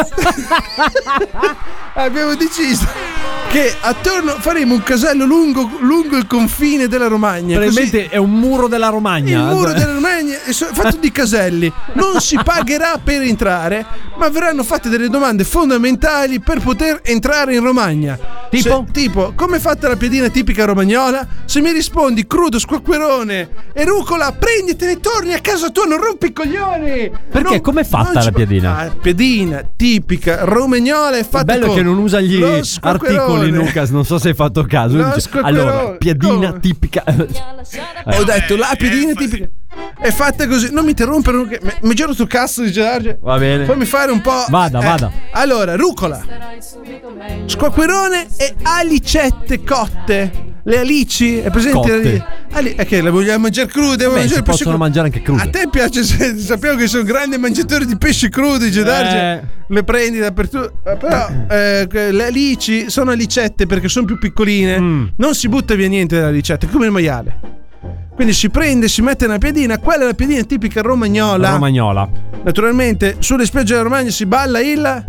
Abbiamo deciso che attorno faremo un casello lungo, lungo il confine della Romagna. Probabilmente così- è un muro della Romagna. il muro della Romagna è so- fatto di caselli. Non si pagherà per entrare, ma verranno fatte delle domande fondamentali per poter entrare in Romagna. Tipo? Se- tipo, come è fatta la piadina tipica romagnola? Se mi rispondi crudo, squacquerone e rucola, prenditene e torni a casa tua, non rompi i coglioni. Perché? Non- Com'è fatta non ci la pa- piadina? Ah, piadina tipica romagnola è fatta Il bello con che non usa gli lo squacquerone. articoli, Lucas. Non so se hai fatto caso. Lo Dice, squacquerone. allora, piadina Come? tipica. Ho detto la piadina tipica è fatta così. Non mi interrompere, che- mi, mi giro sul cazzo di Gerardo. Va bene. Fammi fare un po'. Vada, vada. Allora, rucola, squacquerone e alicette cotte. Le alici, è presente? Cotte. Le- ali- è che le vogliamo mangiare crude? Vogliamo Beh, mangiare si pesce possono crudo. mangiare anche crude. A te piace? se- Sappiamo che sei un grande mangiatore di pesce crudi, Gedarge. Eh. Le prendi dappertutto. Eh, Però eh, que- le alici sono alicette perché sono più piccoline. Mm. Non si butta via niente dalle alicette, come il maiale. Quindi si prende, si mette una piadina. Quella è la piadina tipica romagnola. Romagnola. Naturalmente, sulle spiagge della Romagna si balla il.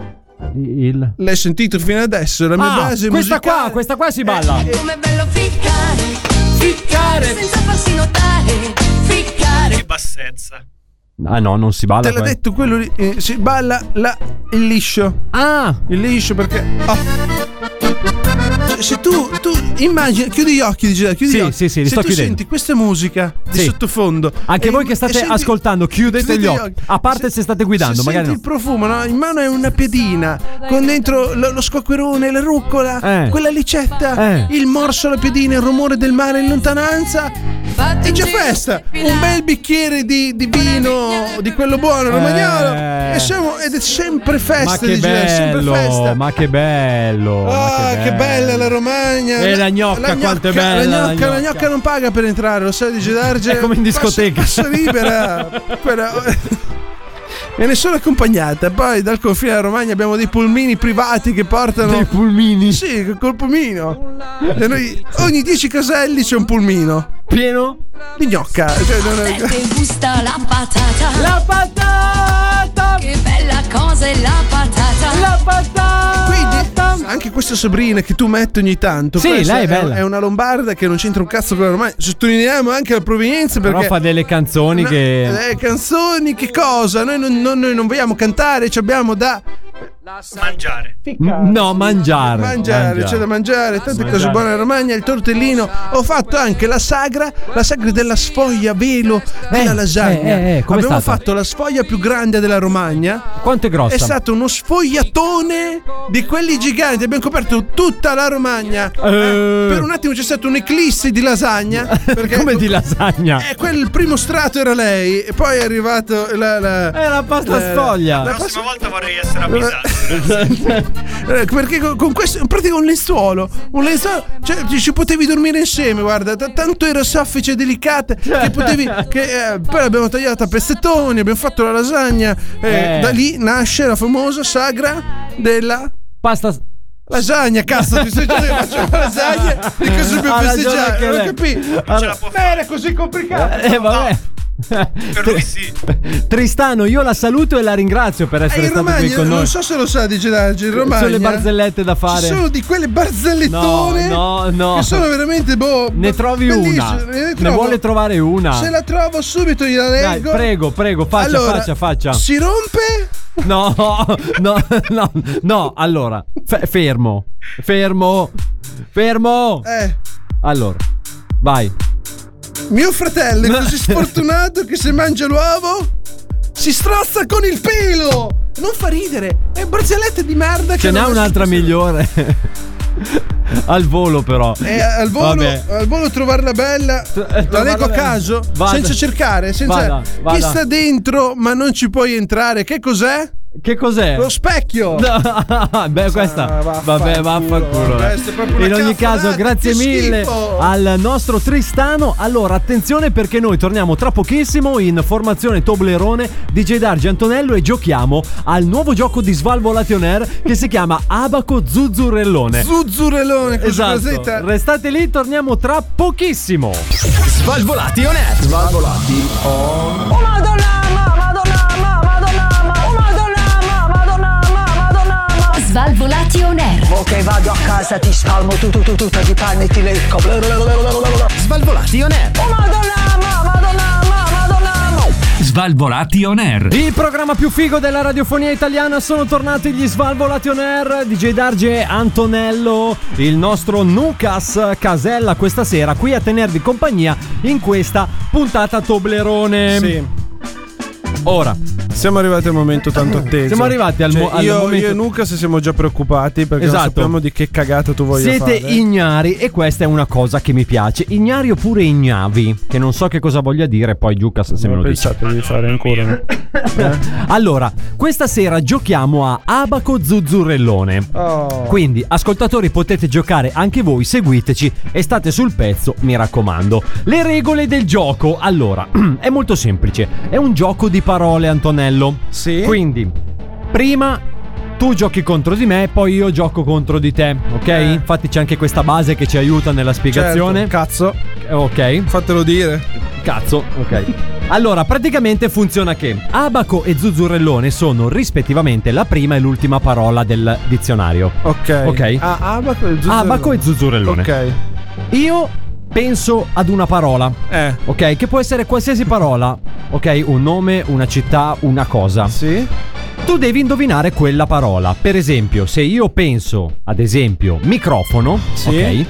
Il. L'hai sentito fino adesso? La mia Ah, base questa musicale. qua, questa qua si balla. Com'è bello ficcare, ficcare senza farsi notare, ficcare. Che bassezza. Ah no, non si balla. Te l'ho qua. detto, quello lì, eh, si balla la, il liscio. Ah, Il liscio perché. oh. Cioè, se tu, tu immagini, chiudi gli occhi, dici, chiudi Sì, gli occhi. sì, sì, li se sto tu chiudendo. senti questa musica di Sì. sottofondo. anche e- voi che e state senti- ascoltando, chiudete gli occhi. A parte se state guidando, se magari senti no. il profumo, no? In mano è una piadina con dentro lo, lo squacquerone, la rucola, Eh. quella licetta, Eh. il morso alla piadina, il rumore del mare in lontananza. È già festa. Un bel bicchiere di, di vino, di quello buono romagnolo. Eh. E siamo, ed è sempre festa. Ma che dice lei, sempre bello, festa. ma che bello. ma Ah, che bella la Romagna. E la gnocca, quanto è bella La la gnocca, la gnocca. gnocca non paga per entrare, lo sai, dice Darge. È come in discoteca. Passa, passa libera. Quella- E ne sono accompagnata. Poi dal confine della Romagna abbiamo dei pulmini privati che portano. Dei pulmini? Sì, col pulmino. E noi, ogni dieci caselli c'è un pulmino. Pieno? Di gnocca. Cioè, non è- Te gusta la patata, La patata! che bella cosa è la patata. La patata! Quindi, anche questa Sabrina che tu metti ogni tanto. Sì, questa lei è bella. È una lombarda che non c'entra un cazzo con la Romagna. Sottolineiamo anche la provenienza perché. Però fa delle canzoni No, che. Le canzoni, che cosa? Noi non, non- noi non vogliamo cantare, ci abbiamo da Mangiare. No, mangiare. mangiare, c'è da mangiare, tante Mangiare. cose buone alla Romagna, il tortellino. Ho fatto anche la sagra, la sagra della sfoglia velo della Eh, lasagna. eh, eh, eh, com'è Abbiamo stata? fatto la sfoglia più grande della Romagna. Quanto è grossa? È stato uno sfogliatone di quelli giganti. Abbiamo coperto tutta la Romagna. Eh, per un attimo c'è stato un'eclissi di lasagna. Perché Come di lasagna? Eh, quel il primo strato era lei, e poi è arrivato la. la È la pasta la- sfoglia. La prossima volta vorrei essere avvisato. Eh, perché con, con questo, in pratica un lenzuolo, un lenzuolo, cioè ci, ci potevi dormire insieme, guarda, t- tanto era soffice e delicata che potevi, che, eh, poi l'abbiamo tagliata a pezzettoni, abbiamo fatto la lasagna, eh, Eh. da lì nasce la famosa sagra della Pasta. lasagna, cazzo, ti stai dicendo che facciamo la lasagna, di cosa dobbiamo Ha ragione festeggiare, anche non ho lei. capito, Allora- Ce la può ma era così complicato. Eh, vabbè. Per lui sì. Tristano, io la saluto e la ringrazio per Eh, essere in stato qui Romagna, con noi. non so se lo sa, dice Darge, in Romagna Sono le barzellette da fare. ci sono di quelle barzellettone No, no, no. che sono veramente boh, Ne trovi bellissime, una. ne Ne trovo. vuole trovare una. Se la trovo subito gliela Dai, leggo. prego, prego, faccia, Allora, faccia, faccia. Si rompe? No, no, no, no. Allora, fe- fermo, fermo, fermo. Eh, Allora, vai. mio fratello è così sfortunato che se mangia l'uovo si strozza con il pelo. Non fa ridere, è barzellette di merda. Ce che n'ha non un'altra migliore. Al volo, però. Eh, al volo, Vabbè. al volo trovarla bella, la trovarla leggo a bella. caso, Vada. senza cercare, senza Vada, vada. chi sta dentro ma non ci puoi entrare. Che cos'è? Che cos'è? Lo specchio. No, beh, questa. Ah, vabbè, vaffanculo. Questa è proprio una In ogni caffonata, caso, grazie che mille schifo. al nostro Tristano. Allora, attenzione perché noi torniamo tra pochissimo in formazione Toblerone, D J Dargi, Antonello e giochiamo al nuovo gioco di Svalvolation Air che si chiama Abaco Zuzzurellone. Zuzzurellone, così Esatto. cosetta. Restate lì, torniamo tra pochissimo. Svalvolation Air. Svalvolati. Oh. Oh Madonna, ma, Madonna, ma, Madonna, ma, oh Madonna, ma, Madonna, ma, Madonna, ma. Svalvolation Air. Ok, vado a casa, ti spalmo tu tu tu tu ti panni e ti lecco. Svalvolation Air. Oh Madonna, ma, Madonna, ma, Madonna, ma. Svalvolation Air. Il programma più figo della radiofonia italiana, sono tornati gli Svalvolation Air, D J Darge, Antonello, il nostro Nucas Casella questa sera qui a tenervi compagnia in questa puntata Toblerone. Sì. Ora, siamo arrivati al momento tanto atteso. Siamo arrivati al, Cioè, mo- al io, momento. io e Lucas siamo già preoccupati perché non Esatto. sappiamo di che cagata tu voglia Siete fare. ignari e questa è una cosa che mi piace. Ignari oppure ignavi, che non so che cosa voglia dire, poi Giucas se me Non lo dice. pensate di fare ancora. no? Allora, questa sera giochiamo a Abaco Zuzzurellone. Oh. Quindi, ascoltatori, potete giocare anche voi, seguiteci e state sul pezzo, mi raccomando. Le regole del gioco, allora, è molto semplice. È un gioco di parole, Antonello. Sì. Quindi, prima tu giochi contro di me, poi io gioco contro di te, ok? Eh. Infatti c'è anche questa base che ci aiuta nella spiegazione. Certo, cazzo. Ok. Fatelo dire. Cazzo, ok. Allora, praticamente funziona che Abaco e Zuzzurellone sono rispettivamente la prima e l'ultima parola del dizionario. Ok. Ok. Ah, Abaco e Zuzzurellone. Abaco e Zuzzurellone. Ok. Io penso ad una parola. Eh. Ok, che può essere qualsiasi parola. Ok, un nome, una città, una cosa. Sì. Tu devi indovinare quella parola. Per esempio, se io penso, ad esempio, microfono, Sì. ok?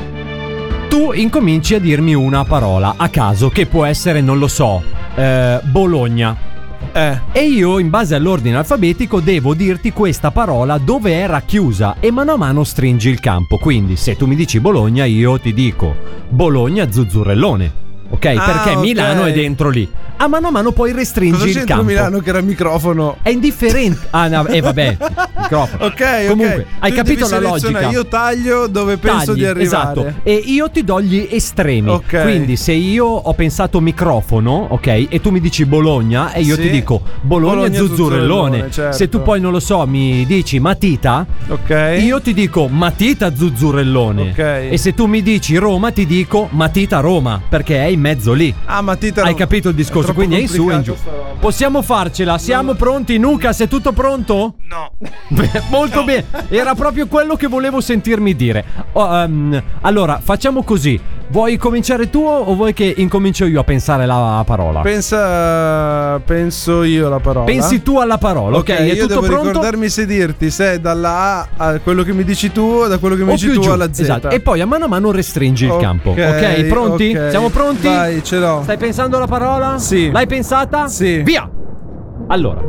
Tu incominci a dirmi una parola a caso che può essere, non lo so, eh, Bologna. Eh. E io, in base all'ordine alfabetico, devo dirti questa parola dove è racchiusa e mano a mano stringi il campo. Quindi, se tu mi dici Bologna, io ti dico Bologna Zuzzurellone. Ok? Ah, Perché ok. Milano è dentro lì. A mano a mano poi restringi Cosa il c'entra campo. Milano che era microfono? È indifferente. Ah, no, eh, vabbè. Microfono. Ok, Comunque, ok. hai Tu capito devi la selezionare, logica? Io taglio dove penso Tagli, di arrivare. esatto. E io ti do gli estremi. Ok. Quindi se io ho pensato microfono, ok, e tu mi dici Bologna e io Sì. ti dico Bologna, Bologna Zuzzurellone. Zuzzurellone, certo. Se tu poi non lo so, mi dici Matita, Ok. io ti dico Matita Zuzzurellone. Ok. E se tu mi dici Roma, ti dico Matita Roma, perché è in mezzo lì. Ah, Matita. Hai capito il discorso? troppo Quindi è in su e in giù. complicato sta roba. Possiamo farcela? Siamo pronti? Nucas, è tutto pronto? No. Beh, molto bene, era proprio quello che volevo sentirmi dire. Oh, um, allora, facciamo così. Vuoi cominciare tu o vuoi che incomincio io a pensare la parola? Pensa. Penso io la parola. Pensi tu alla parola, ok? È io tutto devo pronto? ricordarmi se dirti se è dalla A a quello che mi dici tu o da quello che mi O dici più tu giù, alla Z. esatto. E poi a mano a mano restringi il Ok, campo. Ok, pronti? ok. Siamo pronti? Vai, ce l'ho. Stai pensando alla parola? Sì. L'hai pensata? Sì. Via! Allora,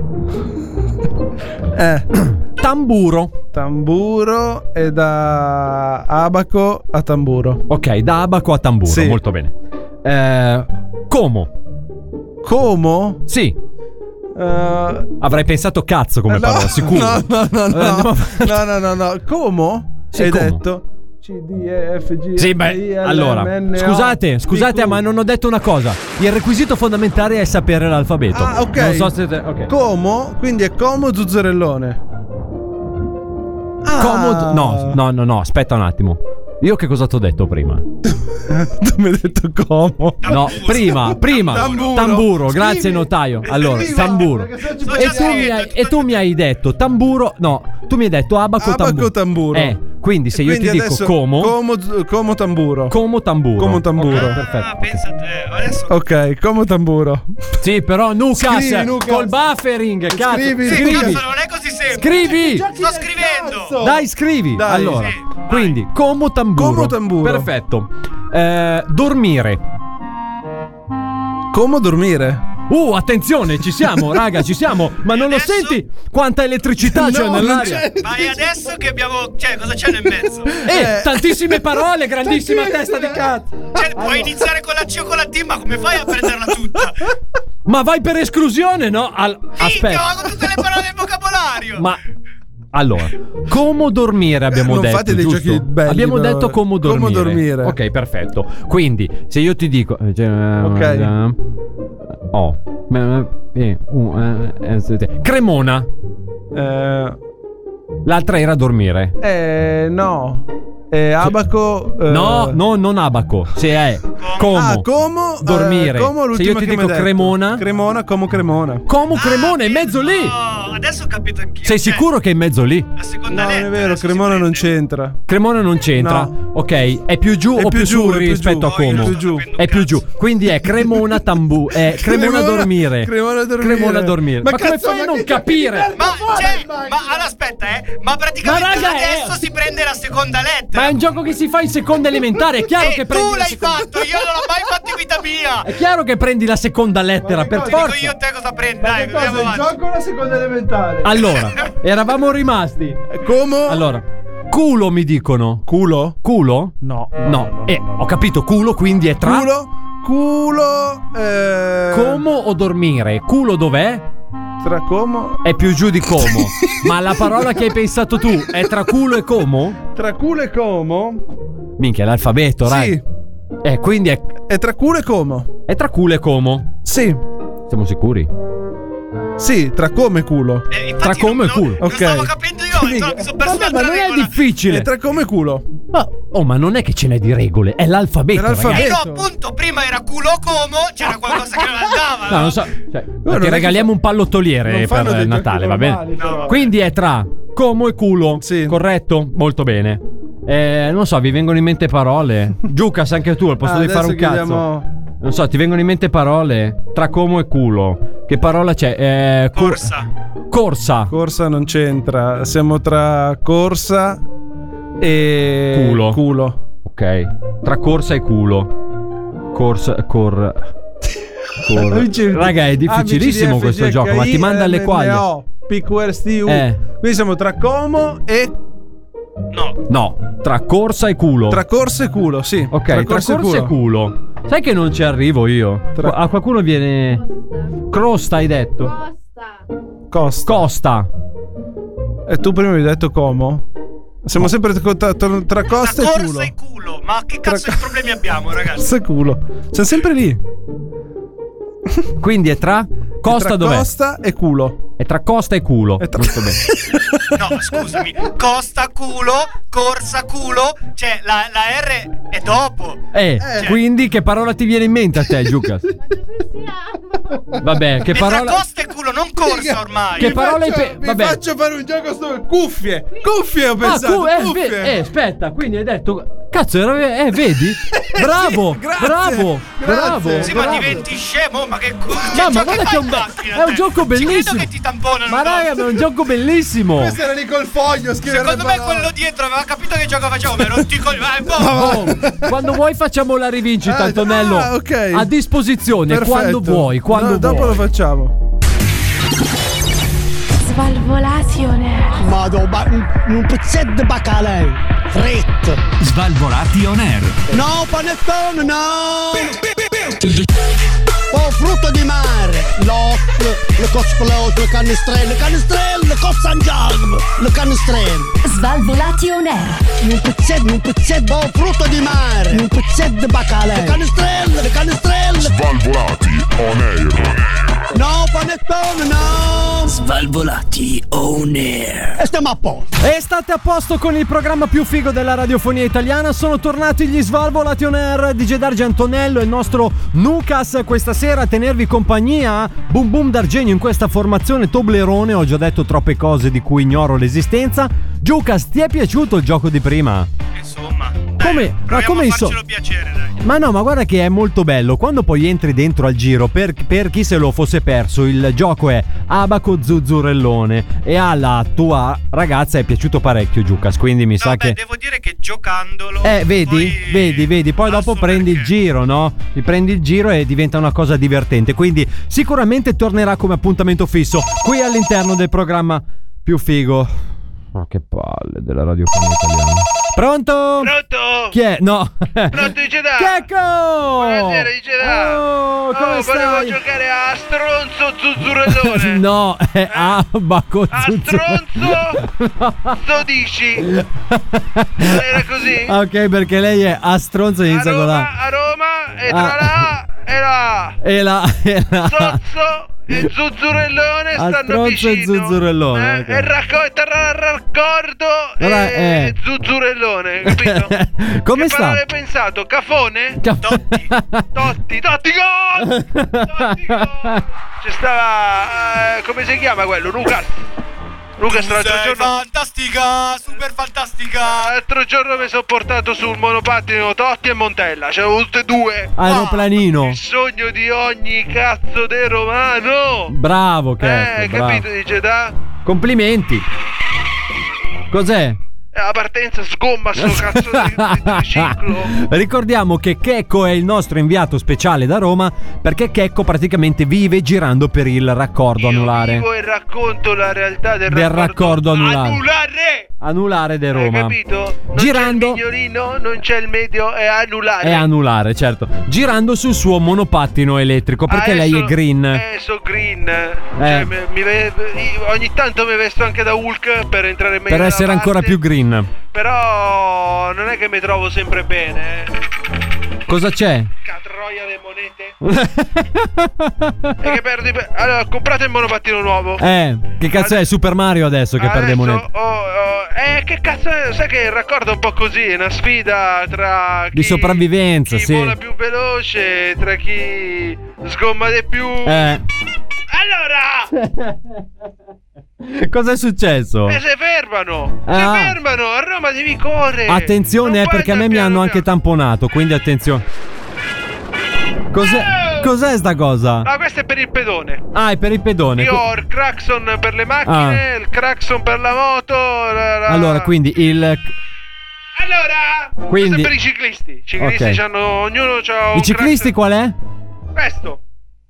Eh. tamburo. Tamburo è da abaco a tamburo. Ok, da abaco a tamburo, Sì. molto bene. Eh, como. Como? Sì. Eh, Avrei pensato cazzo come no, parola, sicuro. No, no, no, Eh, andiamo no. No, no, no, no. Como? Sì, Hai como. detto C, D, E, F, G, Sì, H, beh, I, L, allora, M, N, O, scusate, scusate, P, Q. ma non ho detto una cosa. Il requisito fondamentale è sapere l'alfabeto. Ah, ok. Non so se te- ok. Como? Quindi è como zuzzurellone. Ah. Comodo. No, no, no, no, aspetta un attimo. Io che cosa ti ho detto prima? Tu mi hai detto como. No, prima, prima. Tamburo. Tamburo, grazie Scrivi. notaio. Allora, Scrivi. tamburo. Perché Sto E già tu, mi scrivendo. hai, e tu mi hai detto tamburo. No, tu mi hai detto abaco, Abaco tamburo. tamburo. Eh, quindi se io Quindi ti dico adesso como, Como, z- como tamburo. como tamburo. Como tamburo. Ok, Ah, perfetto. pensa a te. Adesso Ok, como tamburo. Sì, però Nucas, Scrivi, Nucas. col buffering, cazzo. Scrivi, Sì, scrivi. cazzo, non è così semplice. Scrivi. Sto scrivendo. Dai, scrivi. Dai. Allora, Sì, vai. quindi, como tamburo. Como tamburo. Perfetto. Eh, dormire. Como dormire. Uh, attenzione, ci siamo, raga, ci siamo. Ma non lo Adesso- senti quanta elettricità No, c'è non nell'aria? c'è. Vai adesso che abbiamo. Cioè, cosa c'è nel mezzo? Eh, tantissime parole, grandissima testa di cazzo. Cioè, puoi iniziare con la C o con la T, ma come fai a prenderla tutta? Ma vai per esclusione, no? Al- Minchia, aspetta. ma con tutte le parole del vocabolario ma allora, come dormire abbiamo non detto, fate dei giusto? giochi belli, abbiamo però. detto come dormire. Come dormire. Ok, perfetto. Quindi, se io ti dico Ok. Oh, eh, uh, eh, eh, Cremona. Eh, L'altra era dormire. eh no. Eh, abaco. eh, No, no, non abaco. Se è como, Ah, como. eh, dormire. como Se l'ultima io ti che mi dico hai detto. Cremona, Cremona, como Cremona. como Cremona è in mezzo lì. No, adesso ho capito anch'io. Sei Cioè, sicuro che è in mezzo lì? la seconda No, non è lettera vero, si Cremona non prende. c'entra. Cremona non c'entra. No. Ok, è più giù È o più più, giù, su è più rispetto giù. a como? È più giù. È più giù. Quindi è Cremona tambu, è Cremona dormire. Cremona dormire. Cremona dormire. Ma, Ma come cazzo, fai ma a non che capire? Ma, cioè, ma allora, aspetta, eh. Ma praticamente Ma raga, adesso eh. si prende la seconda lettera. Ma è un gioco che si fa in seconda elementare, è chiaro E che tu prendi la l'hai seconda... fatto, io non l'ho mai fatto in vita mia. È chiaro che prendi la seconda lettera, per Ti dico forza. io te cosa prendi, Ma dai, che cosa? andiamo Il avanti. gioco o la seconda elementare? Allora, eravamo rimasti. Como? Allora, culo mi dicono. Culo? Culo? No. No, eh, ho capito culo, quindi è tra Culo? Culo. Eh, como o dormire. Culo dov'è? Tra como? È più giù di como. Ma la parola che hai pensato tu è tra culo e como? Tra culo e como? Minchia, è l'alfabeto, Sì. right? Eh, quindi è, È tra culo e como? è tra culo e como. Sì. Siamo sicuri? Sì, tra come e culo. Eh, infatti Tra come non- e culo. Non Ok. stavo capendo io, Minchia. mi sono perso Vabbè, ma un'altra non è regola. difficile. È tra come e culo. Ma- oh, ma non è che ce n'è di regole, è l'alfabeto. È l'alfabeto. Eh ragazzi. no, appunto, prima era culo o como, c'era qualcosa che non andava. No, non so. Cioè, non è ti che regaliamo fa- un pallottoliere non fanno per dei Natale, giochi va bene? normali, però. Quindi è tra como e culo. Sì. Corretto? Molto bene. Eh, non so, vi vengono in mente parole? Giucas, anche tu, al posto Ah, di fare un adesso cazzo. chiediamo- Non so, ti vengono in mente parole? Tra como e culo. Che parola c'è? Eh, cor- Corsa. Corsa. Corsa non c'entra. Siamo tra corsa e Culo. culo. Ok. Tra corsa e culo. Corsa. Cor. cor- Amici- Raga, è difficilissimo A, B, C, D, F, questo G, gioco, ma ti H, I, manda alle L, N, quaglie. O, P, Q, R, S, T, U. Eh. Quindi siamo tra como e No. No, tra corsa e culo. tra corsa e culo, sì. Ok, tra corsa, e, culo. Sai che non ci arrivo io? Tra- A qualcuno viene. Crosta, hai detto? Costa. Costa. E tu prima mi hai detto como? Siamo sempre tra, tra, tra- tra costa La e corsa culo. e culo. Ma che cazzo di problemi abbiamo, ragazzi? Corsa e culo. Siamo sempre lì. Quindi è tra costa Tra dov'è? costa e culo. È tra costa e culo. È tra- Molto bene. No, scusami. Costa culo, corsa culo. Cioè, la, la R è dopo. Eh, quindi che parola ti viene in mente a te, Giucas? Vabbè, che E tra parola. costa e culo, non corsa ormai. Che Vi parola hai faccio, pe- vi vabbè. faccio fare un gioco sto cuffie. Cuffie ho Ah, pensato. cu- eh, cuffie. ve- eh, aspetta, quindi hai detto. Cazzo, era, eh, vedi? Bravo, grazie, bravo, grazie. bravo. Sì, ma bravo. diventi scemo, ma che co- Ma, che ma gioco guarda che fai è un, in be- macchina, è un te? gioco Ci credo bellissimo. che ti tamponano. Ma raga, ma è un gioco bellissimo. Questo era lì col foglio. scrivere Secondo le me parole. quello dietro aveva capito che gioco facevo, ma non ti cogliamo. Eh, boh. Oh, quando vuoi facciamo la rivincita, Ah, Antonello. ah, ok. A disposizione, Perfetto. quando vuoi, quando No, vuoi. dopo lo facciamo. Svalvolazione. Mado, ma un, un pezzetto di bacalei. Fritto. Svalvolati on air. No, panettone, no. Oh, frutto di mare. L'occhio, le cosplot, le canestrelle, le canestrelle, le cossangiarme, le canestrelle. Svalvolati on air. Un pezzetto, un pezzetto, oh, frutto di mare. Un pezzetto di bacalei. Le canestrelle, le canestrelle. Svalvolati on air. No, panettone, no. Svalvolati on air. E stiamo a posto. E state a posto con il programma più figo della radiofonia italiana. Sono tornati gli Svalvolati on air. D J Darge Antonello e il nostro Nucas questa sera a tenervi compagnia. Boom boom d'Argenio in questa formazione Toblerone. Ho già detto troppe cose di cui ignoro l'esistenza. Giucas, ti è piaciuto il gioco di prima? Insomma, Come? dai, Ma proviamo come a inso- farcelo piacere, dai. Ma no, ma guarda che è molto bello. Quando poi entri dentro al giro, per, per chi se lo fosse perso, il gioco è Abaco Zuzzurellone. E alla tua ragazza è piaciuto parecchio, Giucas. Quindi mi No, sa beh, che. devo dire che giocandolo. Eh, vedi, poi vedi, vedi. Poi dopo passo prendi il perché- giro, no? Ti prendi il giro e diventa una cosa divertente. Quindi sicuramente tornerà come appuntamento fisso qui all'interno del programma più figo. Ma che palle della radiofonia italiana. Pronto? Pronto? Chi è? No. Pronto, dice da. Checco! Buonasera, dice da. Oh, come oh, stai? volevo giocare a stronzo zuzzurellone. No, è Eh? Abaco A Zuzzurellone. stronzo dodici. Era così? Ok, perché lei è a stronzo e inizia a con Roma, la a Roma e tra Ah. la A e la A. e la, e la... Zozzo e zuzzurellone A stanno stronzo e vicino. zuzzurellone, Eh? ok. E racco- tra raccordo Allora, e eh. zuzzurellone, capito? Come che sta? parola hai pensato? Cafone? Cap- Totti, Totti gol! Totti gol! C'è stava eh, come si chiama quello? Lucas. Lucas l'altro Sei giorno fantastica, super fantastica. L'altro giorno mi sono portato sul monopattino Totti e Montella. C'avevo tutte e due. Aeroplanino. Il sogno di ogni cazzo de romano. Bravo, che Eh, bravo. capito, dice da? Complimenti. Cos'è? È la partenza sgomma sto cazzo di, di triciclo. Ricordiamo che Checco è il nostro inviato speciale da Roma, perché Checco praticamente vive girando per il raccordo anulare. Vivo e racconto la realtà del, Del raccordo anulare. Anulare! Anulare di Hai Roma. capito? Non Girando- c'è il migliorino, non c'è il medio, è anulare. È anulare, certo. Girando sul suo monopattino elettrico, perché lei è green. Eh, so green. Cioè, mi, mi ve- ogni tanto mi vesto anche da Hulk per entrare meglio Per nella essere ancora parte, più green. Però non è che mi trovo sempre bene, eh. Cosa c'è? Catroia le monete. E che perdi pe- Allora, comprate il monopattino nuovo. Eh, che cazzo è Super Mario adesso che perde Adesso, monete? oh, oh, eh, che cazzo è? Sai che il raccordo è un po' così, è una sfida tra chi, Di sopravvivenza, chi sì. vola più veloce, tra chi sgomma di più. Eh. Allora! Cosa è successo? E se fermano! Ah. Se fermano! A Roma devi correre! Attenzione, Non eh, puoi perché a me andare mi hanno piano anche tamponato, quindi attenzione. Cos'è, cos'è sta cosa? Ah, questo è per il pedone. Ah, è per il pedone. Io ho il clacson per le macchine, Ah. il clacson per la moto. La, la... Allora, quindi il Allora, Quindi- questo è per i ciclisti. I ciclisti Ok. c'hanno, ognuno c'ha un I ciclisti qual è? clacson. Questo.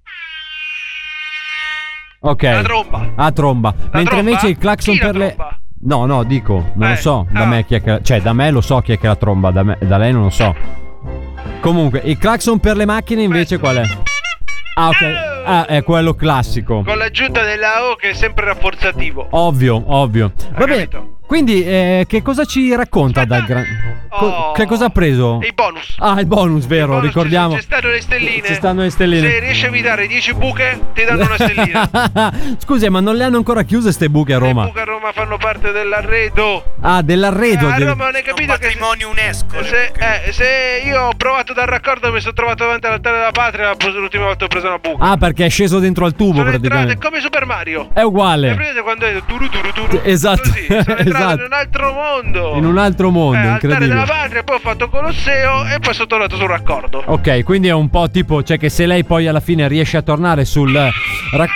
Ok. La tromba. Ah, tromba. Mentre tromba? invece il clacson Chi la per le tromba? No, no, dico, non Eh, lo so, da ah. me chi è che cioè da me lo so chi è che la tromba, da me da lei non lo so. Comunque, il clacson per le macchine invece qual è? Ah, ok. Ah, è quello classico. Con l'aggiunta della O che è sempre rafforzativo. Ovvio, ovvio. Va bene. capito? Quindi, eh, che cosa ci racconta dal gran... Co- Oh. che cosa ha preso? E i bonus. Ah, il bonus, vero, Bonus, ricordiamo. Ci stanno le stelline. Ci stanno le stelline. Se riesci a evitare dieci buche, ti danno una stellina. Scusi, ma non le hanno ancora chiuse ste buche a Roma? Le buche a Roma fanno parte dell'arredo. Ah, dell'arredo. Eh, a del- Roma non hai capito che patrimonio UNESCO. se, eh, se io ho provato dal raccordo mi sono trovato davanti all'altare della patria, l'ultima volta ho preso una buca. Ah, perché è sceso dentro al tubo Sono entrato, è praticamente. come Super Mario. È uguale. E prendete quando è turu turu turu. Esatto. Così, sono entrato Esatto. in un altro mondo. In un altro mondo, eh, altare incredibile. della patria, poi ho fatto Colosseo e poi sono tornato sul raccordo. Ok, quindi è un po' tipo, cioè che se lei poi alla fine riesce a tornare sul rac-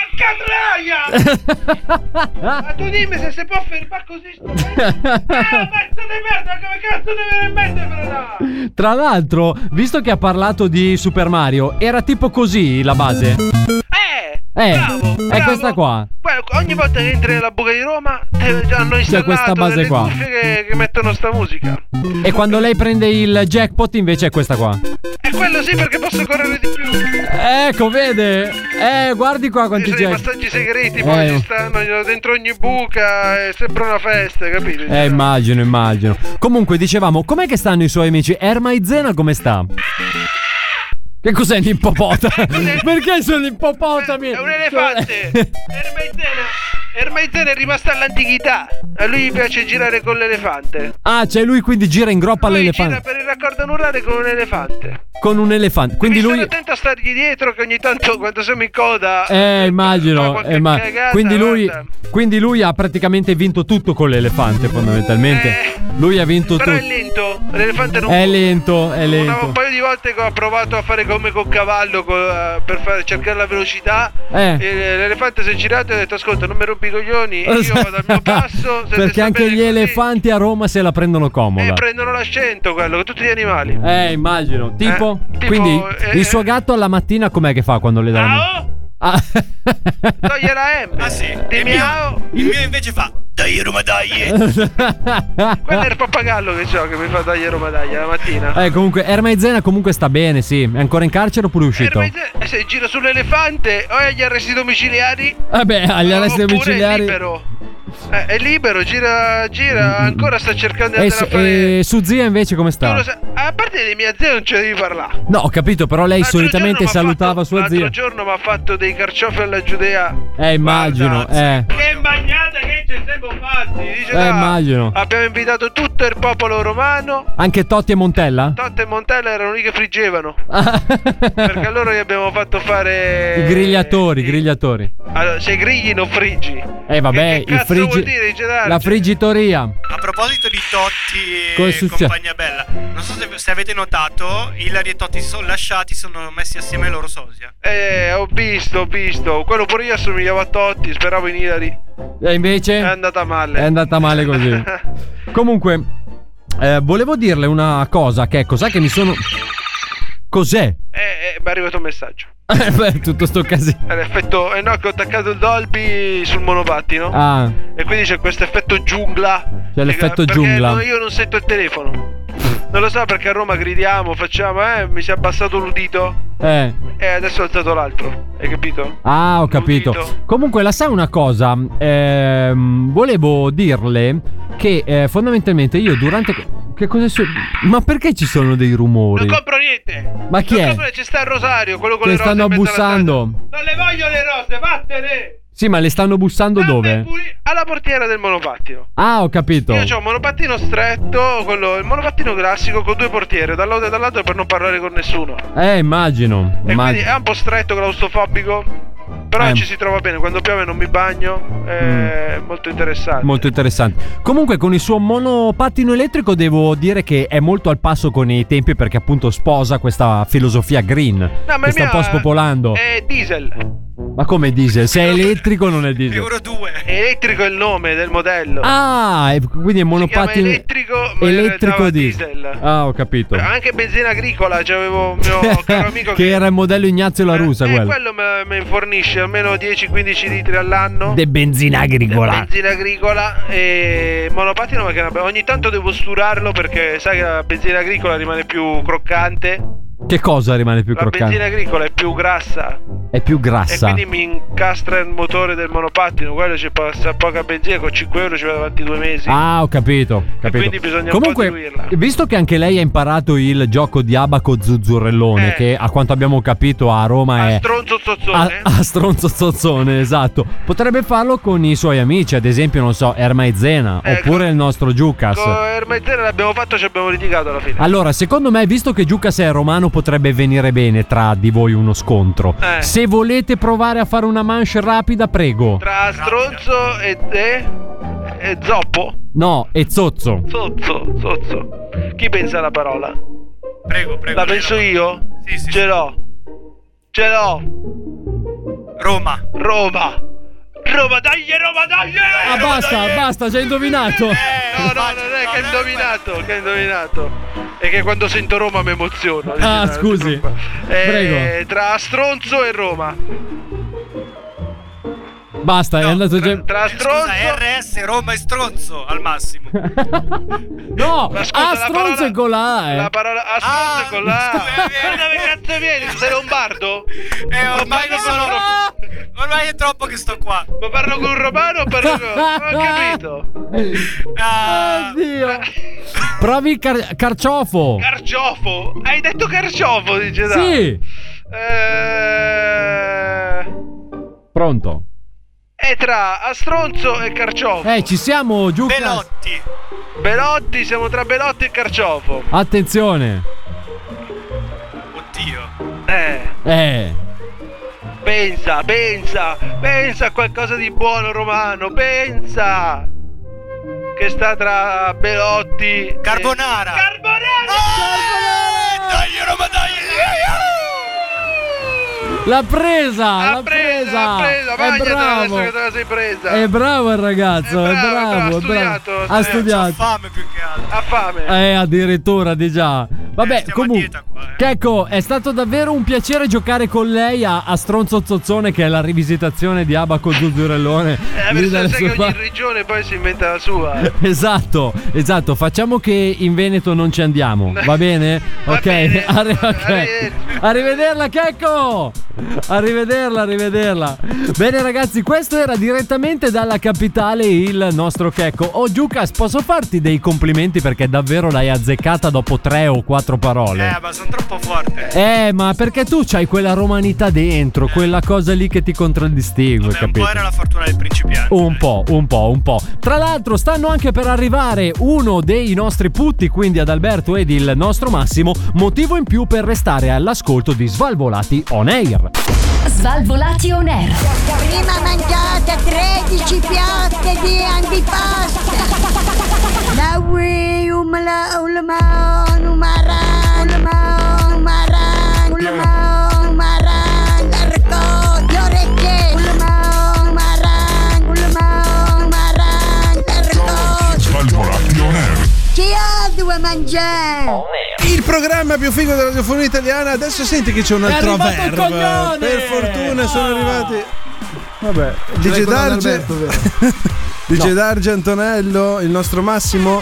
Catraia! Ma tu dimmi se si può fermare così sto paese. Ah, pezzo di merda, come cazzo deve mettere là? Tra l'altro, visto che ha parlato di Super Mario, era tipo così la base? Eh! Eh, bravo, è bravo. questa qua. Guarda, ogni volta che entri nella buca di Roma eh, già hanno installato questa base delle qua. cuffie che, che mettono sta musica. E quando lei prende il jackpot invece è questa qua. E quello sì perché posso correre di più. Ecco, vede? Eh, guardi qua quanti Ci sono i jackpot. passaggi segreti, poi Eh. ci stanno dentro ogni buca, è sempre una festa, capito? Eh, immagino, immagino. Comunque, dicevamo, com'è che stanno i suoi amici? Ermaizena come sta? Che cos'è l'ippopotamo? Perché sono l'ippopotami? È un elefante. Ermaizena. Ermaizena è rimasta all'antichità. A lui gli piace girare con l'elefante. Ah, cioè lui quindi gira in groppa Lui all'elefante. gira per il raccordo anulare con un elefante. Con un elefante. Quindi Devi lui. stare attento a stargli dietro che ogni tanto quando siamo in coda Eh, fa immagino. qualche eh, ma- cagata, Quindi lui. guarda. Quindi lui ha praticamente vinto tutto con l'elefante, fondamentalmente. Lui ha vinto Eh, Però è tutto. lento. L'elefante non È lento, è Una- lento. un paio di volte che ho provato a fare come col cavallo co- eh, per fare, cercare la velocità. Eh. E l'elefante si è girato e ha detto: ascolta, non mi rompi i coglioni, io vado al mio passo. Se Perché sta anche bene gli così. elefanti a Roma se la prendono comoda. E prendono l'accento quello, con tutti gli animali. Eh, immagino. Tipo? Eh, tipo, Quindi eh, il suo gatto alla mattina com'è che fa quando le dà la Ciao! Ah. Toglie la M. Ah sì. Di Il miau. mio, il mio invece fa dai Roma dai. Quello è il pappagallo che c'ho che mi fa dai Roma dai la mattina. Eh, comunque, Ermaizena comunque sta bene, sì. È ancora in carcere oppure è uscito? Ermaizena, eh, se gira sull'elefante o è agli arresti domiciliari. Vabbè, agli arresti oppure domiciliari. È libero. Eh, è libero, gira, gira, ancora sta cercando di E, andare su, a fare. e su zia invece come Tu sta? lo sai- a parte di mia zia non ce devi parlare. No, ho capito, però lei L'altro solitamente giorno m'ha salutava fatto- sua zia. L'altro giorno mi ha fatto dei carciofi alla Giudea. Eh, immagino, eh. Che magnata che ci siamo fatti. Dice, Eh, "Ah, immagino. abbiamo invitato tutto il popolo romano. Anche Totti e Montella? Totti e Montella erano lì che friggevano. Perché a loro gli abbiamo fatto fare I grigliatori, i grigliatori. Allora, se grigli non friggi. Eh, vabbè, Che il cazzo vuol friggi. dire, dice Darge? La friggitoria. A proposito di Totti Cosa è e successo? compagnia bella, non so se, se avete notato, Ilari e Totti si sono lasciati, sono messi assieme ai loro sosia. Eh, ho visto, ho visto. Quello pure io assomigliavo a Totti, speravo in Ilari. E invece? È andata male. È andata male così. Comunque, eh, volevo dirle una cosa. Che cos'è che mi sono. Cos'è? Eh, eh, mi è arrivato un messaggio. Eh, beh, tutto sto casino. È l'effetto. Eh no, che ho attaccato il Dolby sul monopattino. Ah, E quindi c'è questo effetto giungla. c'è l'effetto Perché giungla. no, io non sento il telefono. Non lo so perché a Roma gridiamo, facciamo, eh, mi si è abbassato l'udito. Eh. E adesso ho alzato l'altro. Hai capito? Ah, ho capito. Comunque, la sai una cosa? Ehm, volevo dirle che eh, fondamentalmente io durante. Che cosa su... Ma perché ci sono dei rumori? Non compro niente. Ma chi Non è? compro- C'è sta il Rosario, quello con Che le rose stanno in mezzo alla bussando. strada. Non le voglio le rose, vattene. Sì, ma le stanno bussando dove? Alla portiera del monopattino. Ah, ho capito. Io ho un monopattino stretto, quello, il monopattino classico con due portiere, dall'altro e dall'altro per non parlare con nessuno. Eh, immagino. E immagino. quindi è un po' stretto, claustrofobico. Però Eh. ci si trova bene, quando piove non mi bagno. È molto interessante. Molto interessante. Comunque con il suo monopattino elettrico devo dire che è molto al passo con i tempi perché appunto sposa questa filosofia green No, ma che il sta un mio po' spopolando. È diesel. Ma come diesel? Se è elettrico non è diesel. Euro due. Elettrico è il nome del modello. Ah, e quindi è monopattino elettrico, ma in elettrico realtà va diesel. diesel. Ah, ho capito. Anche benzina agricola, c'avevo un mio caro amico che che, era il modello Ignazio La Russa, eh, quello. quello me- mi fornisce almeno dieci quindici litri all'anno. De benzina agricola. Benzina agricola e monopattino, ma che vabbè, ogni tanto devo sturarlo perché sai che la benzina agricola rimane più croccante. Che cosa rimane più La croccante? benzina agricola è più grassa È più e grassa. quindi mi incastra il motore del monopattino. Quello ci passa poca benzina, con cinque euro ci vado avanti due mesi. Ah, ho capito, capito. quindi bisogna Comunque, un po' diluirla. visto che anche lei ha imparato il gioco di Abaco Zuzzurellone, Eh. che a quanto abbiamo capito a Roma è Stronzo a, zozzone. a stronzo zozzone, esatto. Potrebbe farlo con i suoi amici, ad esempio, non so, Erma e Zena, Eh, oppure il nostro Giucas. Con Erma e Zena l'abbiamo fatto, ci abbiamo litigato alla fine. Allora, secondo me, visto che Giucas è romano, potrebbe venire bene tra di voi uno scontro. Eh. Se volete provare a fare una manche rapida, prego. Tra stronzo e te e zoppo? No, e zozzo. Zozzo, zozzo. Chi pensa alla parola? Prego, prego. La penso io? Sì, sì. Ce l'ho. Ce l'ho. Roma. Roma. Roma, dai, Roma, dai! Ah, basta, basta, ci hai indovinato. No, no, non è che hai indovinato, che hai indovinato. È che quando sento Roma mi emoziono. Ah, scusi. Eh, Prego. Tra stronzo e Roma. Basta, è andato già. Tra stronzo. Scusa, R S Roma e stronzo al massimo. No, Ma scusa, ah, la stronzo parola- è con la A, eh. La parola a stronzo è con la A. Ma dove cazzo vieni? Sei lombardo? Eh, ormai parlo mi sono. con- Ormai è troppo che sto qua. Ma parlo con un romano o parlo con. Non ho capito. Ah, Oddio. Provi il car- carciofo. Carciofo? Hai detto carciofo, dice da. Sì. Eh... Pronto. È tra Astronzo e Carciofo. Eh, ci siamo, Giucas. Belotti. Belotti, siamo tra Belotti e Carciofo. Attenzione. Oddio. Eh, Eh. pensa, pensa, pensa a qualcosa di buono romano, pensa. Che sta tra Belotti Carbonara. e... Carbonara! Eh, Dai, Roma, dai. L'ha presa, l'ha l'ha presa, l'ha presa, È mangiatela bravo. adesso che te la sei presa. È bravo il ragazzo, È è bravo, bravo, ha è bravo. studiato, Ha studiato. fame più che altro. Ha fame. Eh, addirittura di già. Vabbè, stiamo a comunque. dieta qua, eh. Checco, è stato davvero un piacere giocare con lei a, a Stronzo Zozzone, che è la rivisitazione di Abaco Zuzzurellone. Eh, Lì perché dalle sai sue che ogni parti. regione poi si inventa la sua. Esatto, esatto. Facciamo che in Veneto non ci andiamo, va bene? Va ok, bene. Arri- ok. Arrivederci. Arrivederla, Checco! Arrivederla, arrivederla. Bene, ragazzi, questo era direttamente dalla capitale il nostro Checco. Oh, Giucas, posso farti dei complimenti perché davvero l'hai azzeccata dopo tre o quattro parole. Eh, ma sono troppo forte. Eh, ma perché tu c'hai quella romanità dentro, quella cosa lì che ti contraddistingue, Vabbè, un capito? po' era la fortuna del principiante. Un po', un po', un po'. Tra l'altro stanno anche per arrivare uno dei nostri putti, quindi Adalberto ed il nostro Massimo, motivo in più per restare all'ascolto di Svalvolati On Air. Svalvolati On Air. Prima mangiate tredici piatte di antipasto. La ui umla ulma numara ulma numara ulma numara l'arco le orecchie ulma numara ulma numara l'arco. Svalvolati On Air. Chi ha due mangiare? Il programma più figo della radiofonia italiana. Adesso senti che c'è un È altro arrivato il verbo. coglione! Per fortuna sono arrivati. Vabbè, D J quello Darge, d'Alberto, vero? D J Darge Antonello, il nostro Massimo,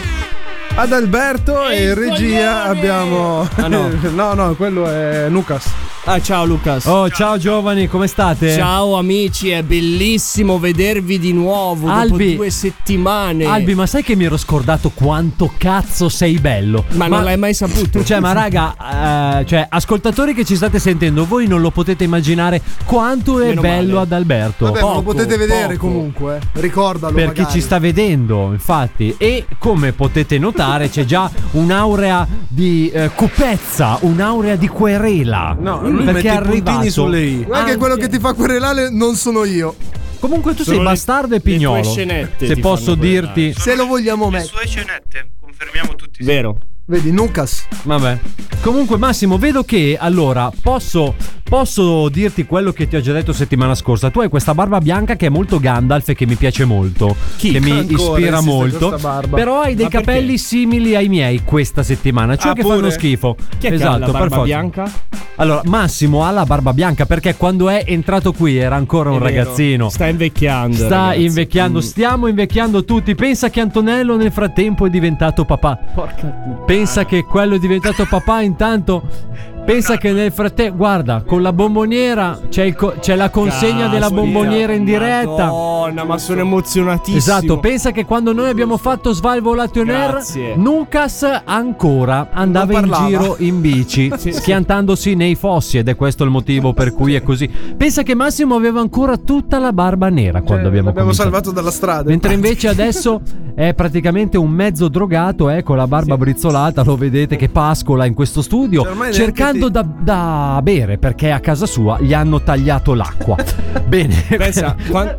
Adalberto e in regia abbiamo. Ah, no. no, no, quello è Lucas. Ah, ciao Lucas. Oh, ciao giovani, come state? Ciao amici, è bellissimo vedervi di nuovo Albi. dopo due settimane. Albi, ma sai che mi ero scordato quanto cazzo sei bello? Ma, non l'hai mai saputo. Cioè, ma raga, eh, cioè, ascoltatori che ci state sentendo, voi non lo potete immaginare quanto è Meno bello male. Adalberto. Vabbè, ma lo Poco, potete vedere poco. comunque, eh. Ricordalo. Per magari. chi ci sta vedendo, infatti. E come potete notare, c'è già un'aurea di eh, cupezza, un'aurea di querela. No, lui perché mette è i puntini arrivato. sulle i. Guarda che quello che ti fa querelare non sono io. Comunque tu Sono sei le- bastardo e le tue pignolo. scenette Se ti posso fanno dirti. Se lo vogliamo Le mettere. sue scenette, confermiamo tutti. Vero. Vedi, Lucas. Vabbè. Comunque Massimo, vedo che allora posso posso dirti quello che ti ho già detto settimana scorsa. Tu hai questa barba bianca che è molto Gandalf e che mi piace molto, Chi? che mi Ancora ispira esiste molto. questa barba? Però hai dei Ma perché? capelli simili ai miei questa settimana, cioè Ah, che pure? fanno schifo. Chi è che esatto, ha la per barba forza. bianca? Allora, Massimo ha la barba bianca perché quando è entrato qui era ancora un È vero. ragazzino. Sta invecchiando. Sta ragazzi. invecchiando, Mm. stiamo invecchiando tutti. Pensa che Antonello nel frattempo è diventato papà. Porca Pensa che quello è diventato papà intanto. Pensa che nel frattempo, guarda, con la bomboniera c'è, il co- c'è la consegna della Caspita, bomboniera in diretta. Madonna, ma sono emozionatissimo. Esatto, pensa che quando noi abbiamo fatto Svalvolati On Air, Grazie. Nucas ancora andava Non in parlava. giro in bici, schiantandosi nei fossi, ed è questo il motivo per cui è così. Pensa che Massimo aveva ancora tutta la barba nera quando Cioè, abbiamo l'abbiamo cominciato. salvato dalla strada. Mentre invece adesso è praticamente un mezzo drogato, eh, con la barba brizzolata, lo vedete che pascola in questo studio, Cioè, ormai neanche cercando ti- da, da bere perché a casa sua gli hanno tagliato l'acqua. Bene. Pensa, quan-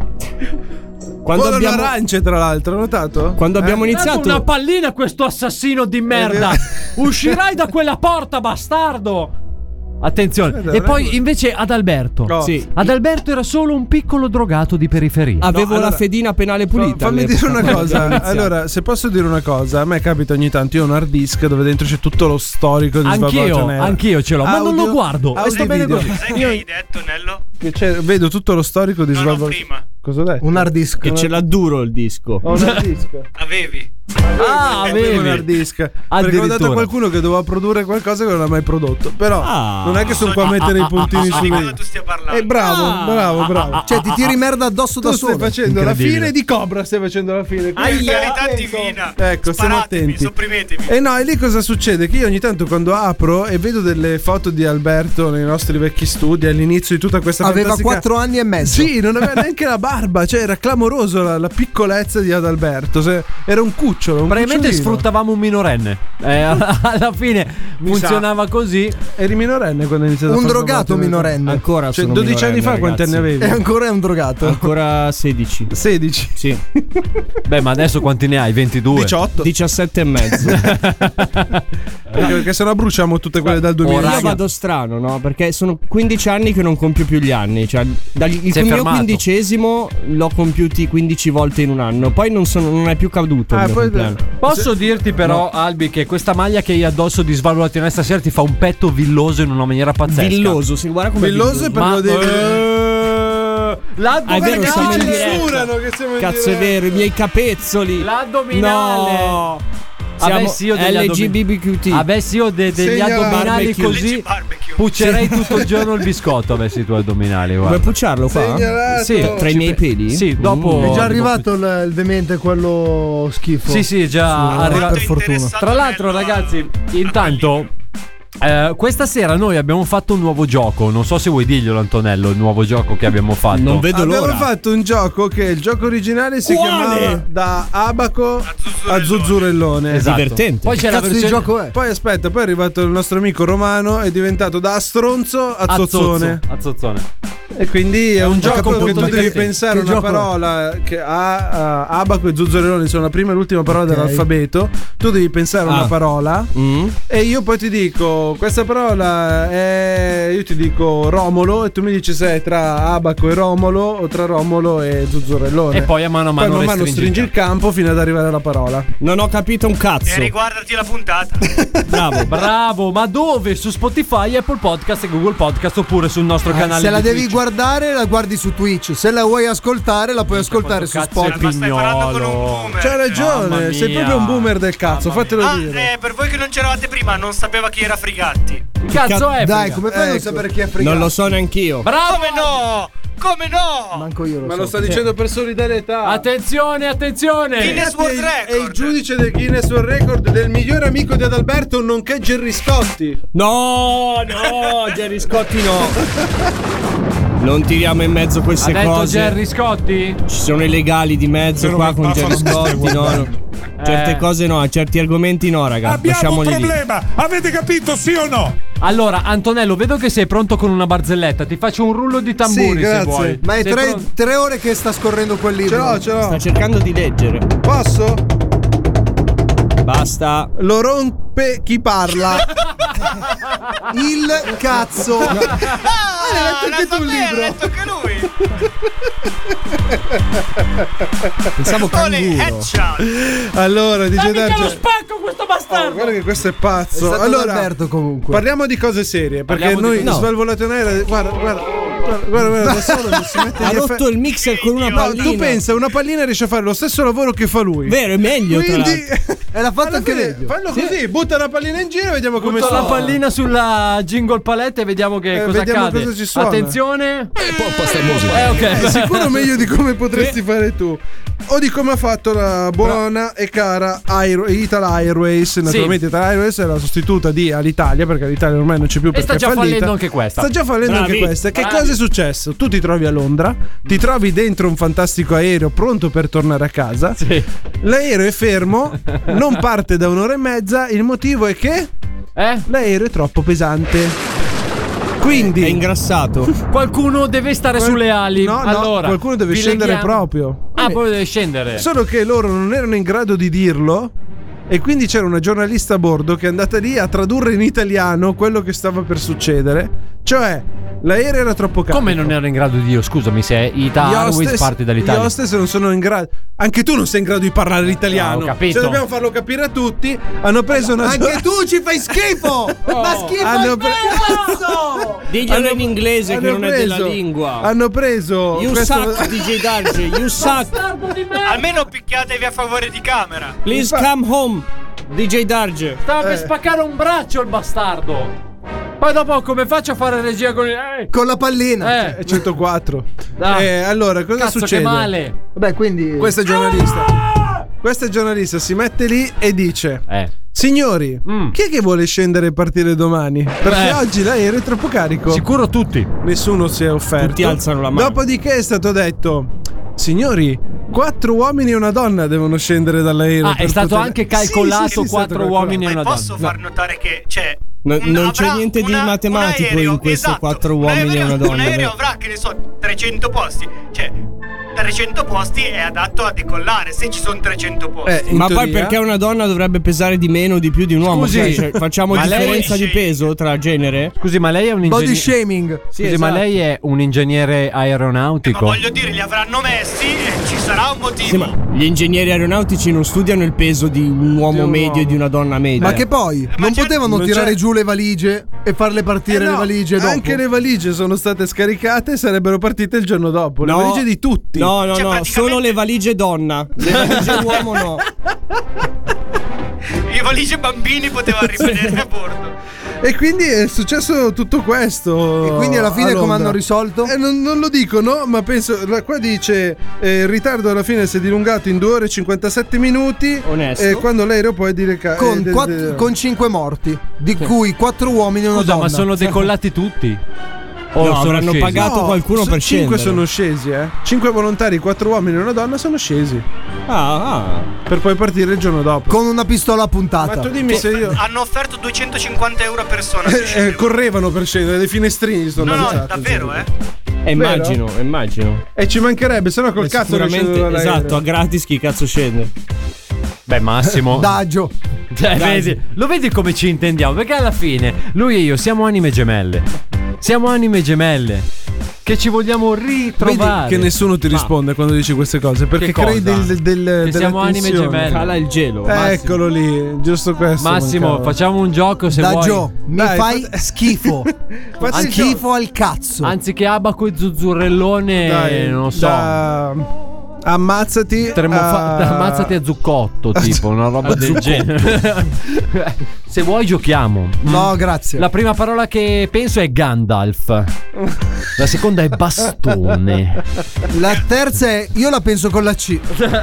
quando Con abbiamo arance, tra l'altro, hai notato? quando abbiamo Ha dato iniziato una pallina questo assassino di merda. Uscirai da quella porta, bastardo. Attenzione. Guarda, E poi guarda. invece Adalberto. Oh. Sì. Adalberto era solo un piccolo drogato di periferia. avevo No, allora- la fedina penale pulita. Fammi all'epoca, dire una quando cosa. abbiamo iniziato. Allora, se posso dire una cosa, a me capita ogni tanto. Io ho un hard disk dove dentro c'è tutto lo storico di Anch'io, Svalvolati On Air. anch'io ce l'ho, ma non Audio, lo guardo. E audio sta e bene video. così. Sai che hai detto, Nello? Che c'è- vedo tutto lo storico di No, no, Svalvolati. prima. Cosa ho detto? Un hard disk. Che ce l'ha duro il disco. Ho un hard disk. Avevi. Ah, Avevo un hard avevi. disk. Perché ho Addirittura. dato a qualcuno che doveva produrre qualcosa che non ha mai prodotto. Però Ah. non è che sono qua a mettere i puntini So di cosa su. tu stia parlando. Eh, bravo, Ah. bravo, bravo. Cioè, ti tiri merda addosso Tu da stai solo. facendo la Incredibile. fine di Cobra, stai facendo la fine. Quindi Aia, stai carità attento. divina. Ecco, stiamo Sparatemi, attenti. sopprimetemi. E no, e lì cosa succede? Che io ogni tanto quando apro e vedo delle foto di Alberto nei nostri vecchi studi all'inizio di tutta questa Aveva fantastica- quattro anni e mezzo. Sì, non aveva neanche la barba, cioè era clamoroso la, la piccolezza di Adalberto, se- era un cucciolo. cucciolo. Un Praticamente cucciolino. sfruttavamo un minorenne. Eh, alla, alla fine Mi funzionava così. Eri minorenne quando hai iniziato a Un fare drogato Svalvolation Air? minorenne. Ancora Cioè, sono dodici anni fa minorenne, quanti anni ragazzi. avevi? E ancora è un drogato. Ancora sedici. sedici. Sì. Beh, ma adesso quanti ne hai? ventidue? diciotto. diciassette e mezzo. Perché, perché sennò bruciamo tutte quelle dal duemila. Io vado strano, no? Perché sono quindici anni che non compio più gli anni. Cioè, dal, il Sei mio fermato. quindicesimo l'ho compiuti quindici volte in un anno. Poi non, sono, non è più caduto. Ah, il mio poi- compleanno. Posso dirti però, Albi, che questa maglia che hai addosso di Svalvolation stasera ti fa un petto villoso in una maniera pazzesca. Villoso, si guarda come Villoso e per Ma- lo devi. Eh, l'addominale. Ah, è vero, Che siamo ci in diretta. censurano che siamo in Cazzo, è diretta. vero, i miei capezzoli. L'addominale. No. Avessi Siamo io degli L G B T Q T. Avessi io de- degli Segnala- addominali barbecue. così, puccerei tutto il giorno il biscotto. Avessi i tuoi addominali, Vuoi guarda. pucciarlo qua? Segnalato. Sì. Tra i miei peli? Sì, dopo. È già dopo- arrivato il, il demente, quello schifo. Sì, sì, già Sì, arrivato. per fortuna. Tra l'altro, ragazzi, intanto. eh, questa sera noi abbiamo fatto un nuovo gioco. Non so se vuoi dirglielo, Antonello. Il nuovo gioco che abbiamo fatto. Non vedo Abbiamo l'ora. fatto un gioco che il gioco originale si Quale? chiamava Da Abaco a Zuzzurellone. Esatto. Divertente. Poi c'è la Cazzo di versione. gioco è? Poi aspetta, poi è arrivato il nostro amico Romano, è diventato da Stronzo a Zozzone. A Zozzone. E quindi è un, un gioco gioco che molto tu devi divertente. pensare Che una gioco è? parola che ha uh, Abaco e Zuzzurellone sono la prima e l'ultima parola Ok. dell'alfabeto. Tu devi pensare Ah. una parola Mm? e io poi ti dico questa parola è, io ti dico Romolo e tu mi dici se è tra Abaco e Romolo o tra Romolo e Zuzzurellone. E poi a mano a Poi mano man mano restringi stringi il il campo fino ad arrivare alla parola. Non ho capito un E cazzo. riguardati la puntata. Bravo. Bravo, ma dove? Su Spotify, Apple Podcast e Google Podcast oppure sul nostro canale Se la di devi Twitch. guardare, la guardi su Twitch. Se la vuoi ascoltare, la puoi ascoltare su Cazzo è Spotify. Ma stai parlando con un pignolo. boomer. C'hai Mamma ragione, sei mia. proprio un boomer del cazzo, fatelo Ah, dire. eh, per voi che non c'eravate prima, non sapeva chi era Frigatti. Cazzo è? Dai, figa? come fai a non Ecco. sapere chi è fregato? Non lo so neanch'io. Bravo! Come no? Come no? Manco io lo Ma so. lo sta dicendo per solidarietà. Attenzione, attenzione! Guinness È World il- è il Record. giudice del Guinness World Record del migliore amico di Adalberto, nonché Gerry Scotti. No, no, Gerry Scotti no. Non tiriamo in mezzo Ha queste detto cose. Gerry Scotti? Ci sono i legali di mezzo Però qua mi con baffa Gerry lo Scotti. stesso. No, no. Certe Eh. cose no, certi argomenti no, raga. Abbiamo un Lasciamoli lì. problema. Avete capito, sì o no? Allora, Antonello, vedo che sei pronto con una barzelletta. Ti faccio un rullo di tamburi Sì, se grazie. vuoi. Ma è Sei tre, pronto? tre ore che sta scorrendo quel libro. Ce l'ho, ce Sta l'ho. cercando di leggere. Posso? Basta. Lo rompe chi parla. Il cazzo. Ah, letto l'ha anche tu il fatto- libro. ha letto anche lui. Pensavo Ole, canguro. headshot. Allora, dice Darge. spacco questo bastardo! Guarda che questo è È pazzo. stato Allora, Alberto comunque. parliamo di cose serie. Perché Parliamo di noi, cose- Svalvolation Air. Guarda, guarda, guarda, guarda, guarda, da solo non si mette Ha gli rotto effe- il mixer con una No, pallina. tu pensa, una pallina riesce a fare lo stesso lavoro che fa lui. Vero, è meglio tra Quindi, l'altro. E l'ha fatto alla anche fine, meglio. fallo così, butta la pallina in giro e vediamo come Butto la suona. pallina sulla jingle palette e vediamo che Eh, cosa vediamo accade. cosa ci suona. Attenzione. Posta musica. Eh, ok. È sicuro meglio di come potresti fare tu. O di come ha fatto la buona e cara Air- Ital Airways. Naturalmente Ital Airways è la sostituta di Alitalia, perché l'Italia ormai non c'è più E perché sta già è fallita. fallendo anche questa. Sta già fallendo Bravi. anche questa. Che Bravi. cosa è successo? Tu ti trovi a Londra, ti trovi dentro un fantastico aereo pronto per tornare a casa. Sì. L'aereo è fermo, non parte da un'ora e mezza. Il motivo è che Eh? l'aereo è troppo pesante. Quindi È ingrassato. Qualcuno deve stare Qual- sulle ali. No, no, allora, qualcuno deve vi scendere leghiamo- proprio. Ah, poi deve scendere. Solo che loro non erano in grado di dirlo. E quindi c'era una giornalista a bordo che è andata lì a tradurre in italiano quello che stava per succedere. Cioè, l'aereo era troppo carico. Come non ero in grado di io? Scusami, se Ita Gli Airways hostess- parte dall'Italia. Gli hostess non sono in grado. Anche tu non sei in grado di parlare l'italiano. No, ho capito. Se dobbiamo farlo capire a tutti, hanno preso una. Anche tu ci fai schifo. Ma schifo Hanno al pre- cazzo. Diglielo in inglese che hanno non è della preso- lingua. Hanno preso. You questo- suck, D J Darge. You suck. Almeno picchiatevi a favore di camera. Please come home, D J Darge. Stava Eh. per spaccare un braccio il bastardo. Poi dopo come faccio a fare regia con il... Eh, Con la pallina. eh. centoquattro. Ah. Eh, allora, cosa Cazzo, succede? che male. Vabbè, quindi. Questa è giornalista. Questa giornalista si mette lì e dice: Eh. Signori, Mm. chi è che vuole scendere e partire domani? Perché Eh. oggi l'aereo è troppo carico. Sicuro tutti. Nessuno si è offerto. Tutti alzano la mano. Dopodiché è stato detto: Signori, Quattro uomini e una donna devono scendere dall'aereo. Ah, è stato tutte le- anche calcolato Sì, sì, sì, è stato quattro calcolato. uomini e una Ma donna. posso far notare che c'è. No, un- non c'è avrà niente di una- matematico un aereo, in questi esatto, quattro un uomini e aereo- una donna. Un aereo vero? avrà, che ne so, trecento posti. Cioè, trecento posti è adatto a decollare, se ci sono trecento posti. Eh, in Ma poi teoria- perché una donna dovrebbe pesare di meno o di più di un uomo? Scusi, Cioè, cioè, facciamo ma lei- differenza di peso tra genere? Scusi, ma lei è un Body ingegnere. shaming. Scusi, Sì, ma esatto. lei è un ingegnere Ma aeronautico? voglio dire, li avranno messi e ci sarà un motivo. Sì, ma gli ingegneri aeronautici non studiano il peso di un uomo Di un medio uomo. e di una donna media. Ma che poi non c'è- potevano non tirare c'è- giù le valigie e farle partire Eh no, le valigie dopo? Anche le valigie sono state scaricate e sarebbero partite il giorno dopo. Le No. valigie di tutti. No, no, Cioè, no, praticamente- solo le valigie donna. Le valigie uomo no. I valigie bambini potevano rimanere a bordo. E quindi è successo tutto questo. E quindi alla fine a come Londra. hanno risolto? Eh, non, non lo dicono, ma penso. la- Qua dice: eh, il ritardo alla fine si è dilungato in due ore e cinquantasette minuti. Onesto. E quando l'aereo poi dire ca- Con, eh, de- quatt- de- con cinque morti, di cui quattro uomini e una Scusa, donna. ma sono decollati tutti? O No, sono avranno scesi? pagato No, qualcuno so- per cinque scendere. sono scesi, eh. Cinque volontari, quattro uomini e una donna sono scesi. Ah, ah. Per poi partire il giorno dopo. Con una pistola puntata. Ma tu dimmi se io. Hanno offerto duecentocinquanta euro a persona. se Eh, eh, scendevano. correvano per scendere, dei finestrini sono No, no, lanciati, davvero, insomma. eh. Eh, immagino, immagino. E ci mancherebbe, sennò col Eh, cazzo non sicuramente, scendono dall'aereo. esatto, a gratis chi cazzo scende? Beh, Massimo. Daggio. Cioè, vedi, lo vedi come ci intendiamo? Perché alla fine lui e io siamo anime gemelle. Siamo anime gemelle. Che ci vogliamo ritrovare. Vedi che nessuno ti risponde quando dici queste cose perché Che cosa? crei del, del, del, Che della siamo anime tensione. gemelle. Cala il gelo. Eh, Eccolo lì, giusto questo. Massimo, mancava. facciamo un gioco se Daggio, vuoi. mi Dai, fai fate- schifo. Fate il Schifo al cazzo. Anziché abaco e zuzzurellone, Dai, non lo so. da- Ammazzati. Potremmo fa- a- ammazzati a zuccotto, tipo una roba del genere. Se vuoi giochiamo. No, grazie. La prima parola che penso è Gandalf. La seconda è bastone. La terza è io la penso con la C.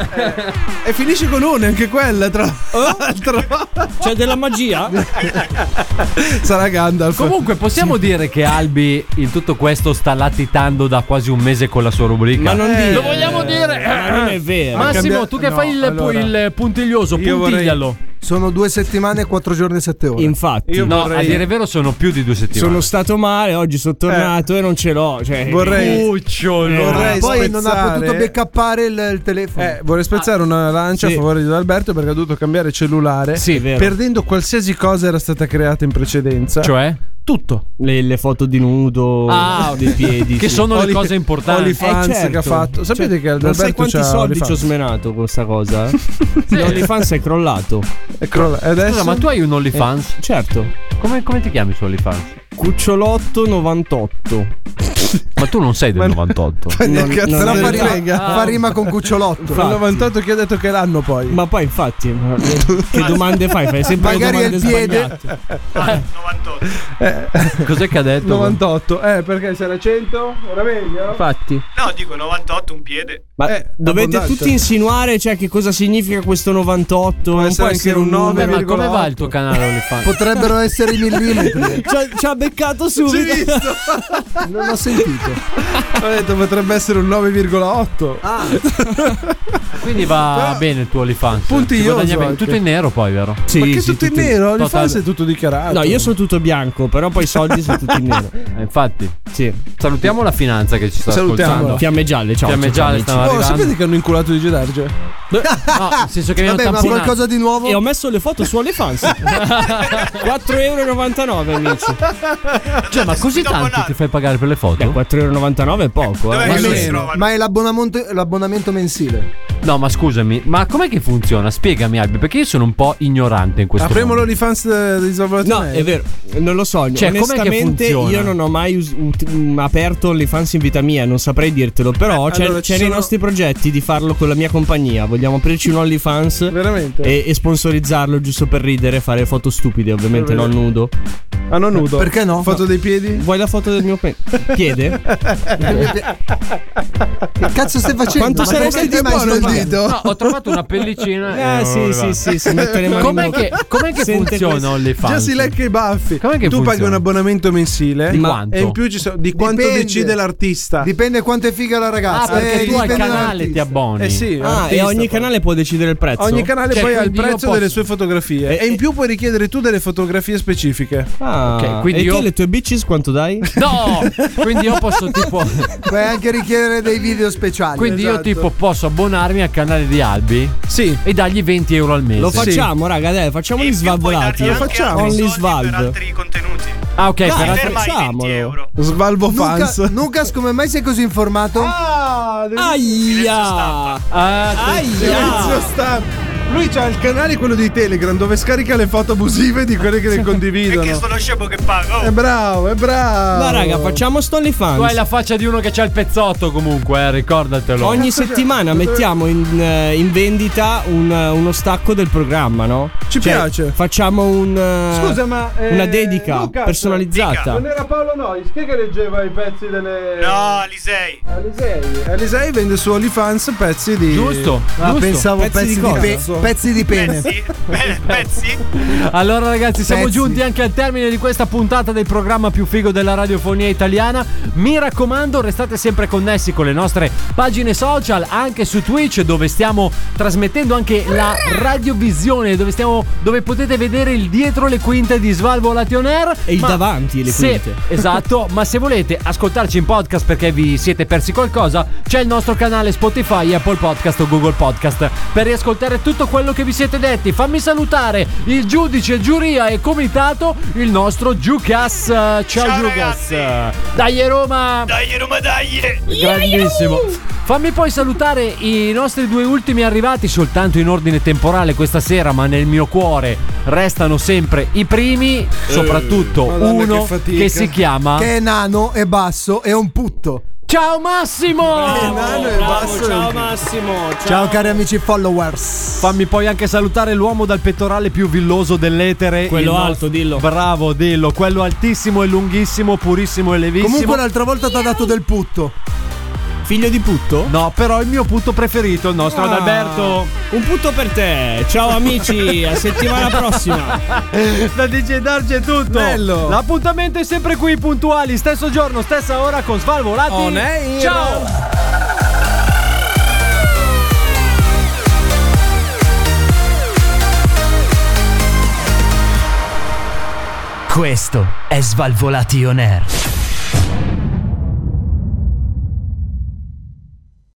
E finisce con una, anche quella, tra l'altro. C'è della magia? Sarà Gandalf. Comunque possiamo dire che Albi in tutto questo sta latitando da quasi un mese con la sua rubrica. Ma non Eh, dire. Lo vogliamo dire? Ma non è vero. Massimo, cambia- tu che no, fai il, allora. il puntiglioso, Io vorrei- puntiglialo. Sono due settimane e quattro giorni e sette ore. Infatti. Io No, vorrei- a dire il vero sono più di due settimane. Sono stato male, oggi sono tornato e non ce l'ho. Cioè, Vorrei- Cucciolo. vorrei Poi non ha spezzare- potuto backuppare il, il telefono. Eh, vorrei spezzare una lancia Sì. a favore di Alberto perché ha dovuto cambiare cellulare. Sì, è vero. Perdendo qualsiasi cosa era stata creata in precedenza. Cioè? tutto. Le, le foto di nudo Ah, dei piedi. che sì. sono le Oli- cose importanti. OnlyFans Eh, certo. che ha fatto. Sapete Cioè, che non Alberto sai quanti c'ha soldi OnlyFans? ci ho smenato con questa cosa? eh? L'OnlyFans è crollato. È crolla- e adesso? Scusa, ma tu hai un OnlyFans? Eh, certo. Come, come ti chiami su OnlyFans? Cucciolotto novantotto. Ma tu non sei del novantotto. Fa neanche cazzo Però ne fa rima, frega. fa rima con cucciolotto. Fa il novantotto che ha detto che l'anno poi. Ma poi infatti ma- che domande fai? Fai sempre Magari le è domande il piede. sbagliate. novantotto. Cos'è che ha detto? novantotto. Eh, perché se era cento era meglio. Infatti. No, dico novantotto, un piede. Ma Eh, dovete abbondante. tutti insinuare, cioè, che cosa significa questo novantotto? Non essere può essere anche un un nove. nove. Beh, ma come va il tuo canale OnlyFans? Potrebbero essere i millimetri. Ci ha, ci ha beccato subito. Non ho sentito. Ho detto potrebbe essere un nove virgola otto. Ah, Quindi va bene il tuo OnlyFans. Puntiglioso Ci guadagna bene. anche. Tutto in nero poi, vero? Sì, Ma che sì, tutto in tutti- nero? Total- OnlyFans è tutto dichiarato. No, io sono tutto bianco, però poi i soldi sono tutti in nero. Eh, infatti. Sì. Salutiamo la finanza che ci sta Salutiamo. ascoltando. Fiamme gialle, ciao. Fiamme ciao, gialle amici. stanno Oh, arrivando. sapete che hanno inculato di Gedarge? No, nel senso che mi hanno vabbè, ma tamponato. qualcosa di nuovo? E ho messo le foto su OnlyFans. quattro virgola novantanove euro, amici. Cioè, ma così tanto ti fai pagare per le foto? Beh, quattro virgola novantanove euro è poco, Dove eh. che Ma, lo me- si trovano? ma è l'abbonamento, l'abbonamento mensile. No, ma scusami, ma com'è che funziona? Spiegami, Albi, perché io sono un po' ignorante in questo Apriamo mondo. l'OnlyFans eh, di Svalvolato. No, è vero, non lo so. Cioè, com'è che onestamente, funziona? io non ho mai us- ut- mm, aperto OnlyFans in vita mia, non saprei dirtelo. Però Eh, c'è, allora, ci c'è nei sono- nostri progetti di farlo con la mia compagnia. Vogliamo aprirci un OnlyFans Veramente? e, e sponsorizzarlo giusto per ridere, fare foto stupide, ovviamente, È vero. non nudo. Ah, no, nudo. Perché no? Foto dei piedi? Vuoi la foto del mio pe- piede? Che cazzo stai facendo? Quanto Ma saresti perché ti hai buono il messo il dito? No, ho trovato una pellicina. Ah, sì, sì, sì, si mette le mani Com'è in che, bocca. com'è che Sente funziona questo. OnlyFans? Già si lecca i baffi. Com'è che tu funziona? paghi un abbonamento mensile Di quanto? e in più ci sono di quanto Dipende. decide l'artista. Dipende quanto è figa la ragazza. Ah, perché Eh, tu al dipende canale dall'artista. ti abboni. Eh sì, Ah, artista, e ogni poi. canale può decidere il prezzo? Ogni canale Cioè, poi ha il quindi io prezzo posso- delle sue fotografie E- e in più puoi richiedere tu delle fotografie specifiche. Ah, Ok, quindi e io- te le tue bitches quanto dai? No! Quindi io posso tipo. Puoi anche richiedere dei video speciali. Quindi io Esatto. tipo posso abbonarmi al canale di Albi Sì. e dargli venti euro al mese. Lo facciamo, raga, dai, facciamo gli svalvolati. Lo facciamo. Only per Svalv. altri contenuti. Ah, ok, Dai, per altri- Ferma i venti facciamolo. euro. Svalvo Luca, fans. Lucas, come mai sei così informato? Ah, Aia! Ah, attenzione. silenzio stampa. Lui c'ha il canale quello di Telegram dove scarica le foto abusive di quelle che le Perché condividono. sono scemo che paga. oh. È bravo, è bravo. Ma raga, facciamo sto Tu hai OnlyFans. la faccia di uno che c'ha il pezzotto comunque, eh, ricordatelo. Ogni settimana mettiamo in, eh, in vendita un, eh, uno stacco del programma, no? Ci Cioè, piace. Facciamo un, eh, Scusa, ma eh, una dedica Lucas, personalizzata. Non era Paolo Nois? Chi è che leggeva i pezzi delle. No, Alisei. Alisei. Alisei vende su OnlyFans pezzi di. Giusto, Ah, giusto. pensavo Pezzi pezzi, di di, cosa? pe- pezzi di pene. Pezzi? Beh, pezzi? Allora ragazzi, siamo Pezzi. giunti anche al termine di questa puntata del programma più figo della radiofonia italiana. Mi raccomando, restate sempre connessi con le nostre pagine social, anche su Twitch, dove stiamo trasmettendo anche la radiovisione, dove stiamo dove potete vedere il dietro le quinte di Svalvolation Air E il Ma davanti, le se- quinte. Esatto, ma se volete ascoltarci in podcast perché vi siete persi qualcosa, c'è il nostro canale Spotify, Apple Podcast o Google Podcast per riascoltare tutto quello che vi siete detti. Fammi salutare il giudice, giuria e comitato, il nostro Giucas. Ciao, Ciao, Giucas. ragazzi. Dai Roma. Dai, Roma, dai. Grandissimo. Fammi poi salutare i nostri due ultimi arrivati soltanto in ordine temporale questa sera, ma nel mio cuore restano sempre i primi, soprattutto Madonna, uno che fatica. che si chiama Che è nano, è basso, è un putto. Ciao Massimo! nano e basso. Ciao Massimo. Ciao. Ciao cari amici followers. Fammi poi anche salutare l'uomo dal pettorale più villoso dell'etere. Quello il alto, nostro- dillo. Bravo, dillo. Quello altissimo e lunghissimo, purissimo e levissimo. Comunque l'altra volta ti ha dato del putto. Figlio di putto? No, però il mio putto preferito, il nostro Ah. Adalberto. Un putto per te. Ciao amici, a settimana prossima. Da D J Darge è tutto. Bello. L'appuntamento è sempre qui, puntuali, stesso giorno, stessa ora con Svalvolati. On air. Ciao. Questo è Svalvolation Air.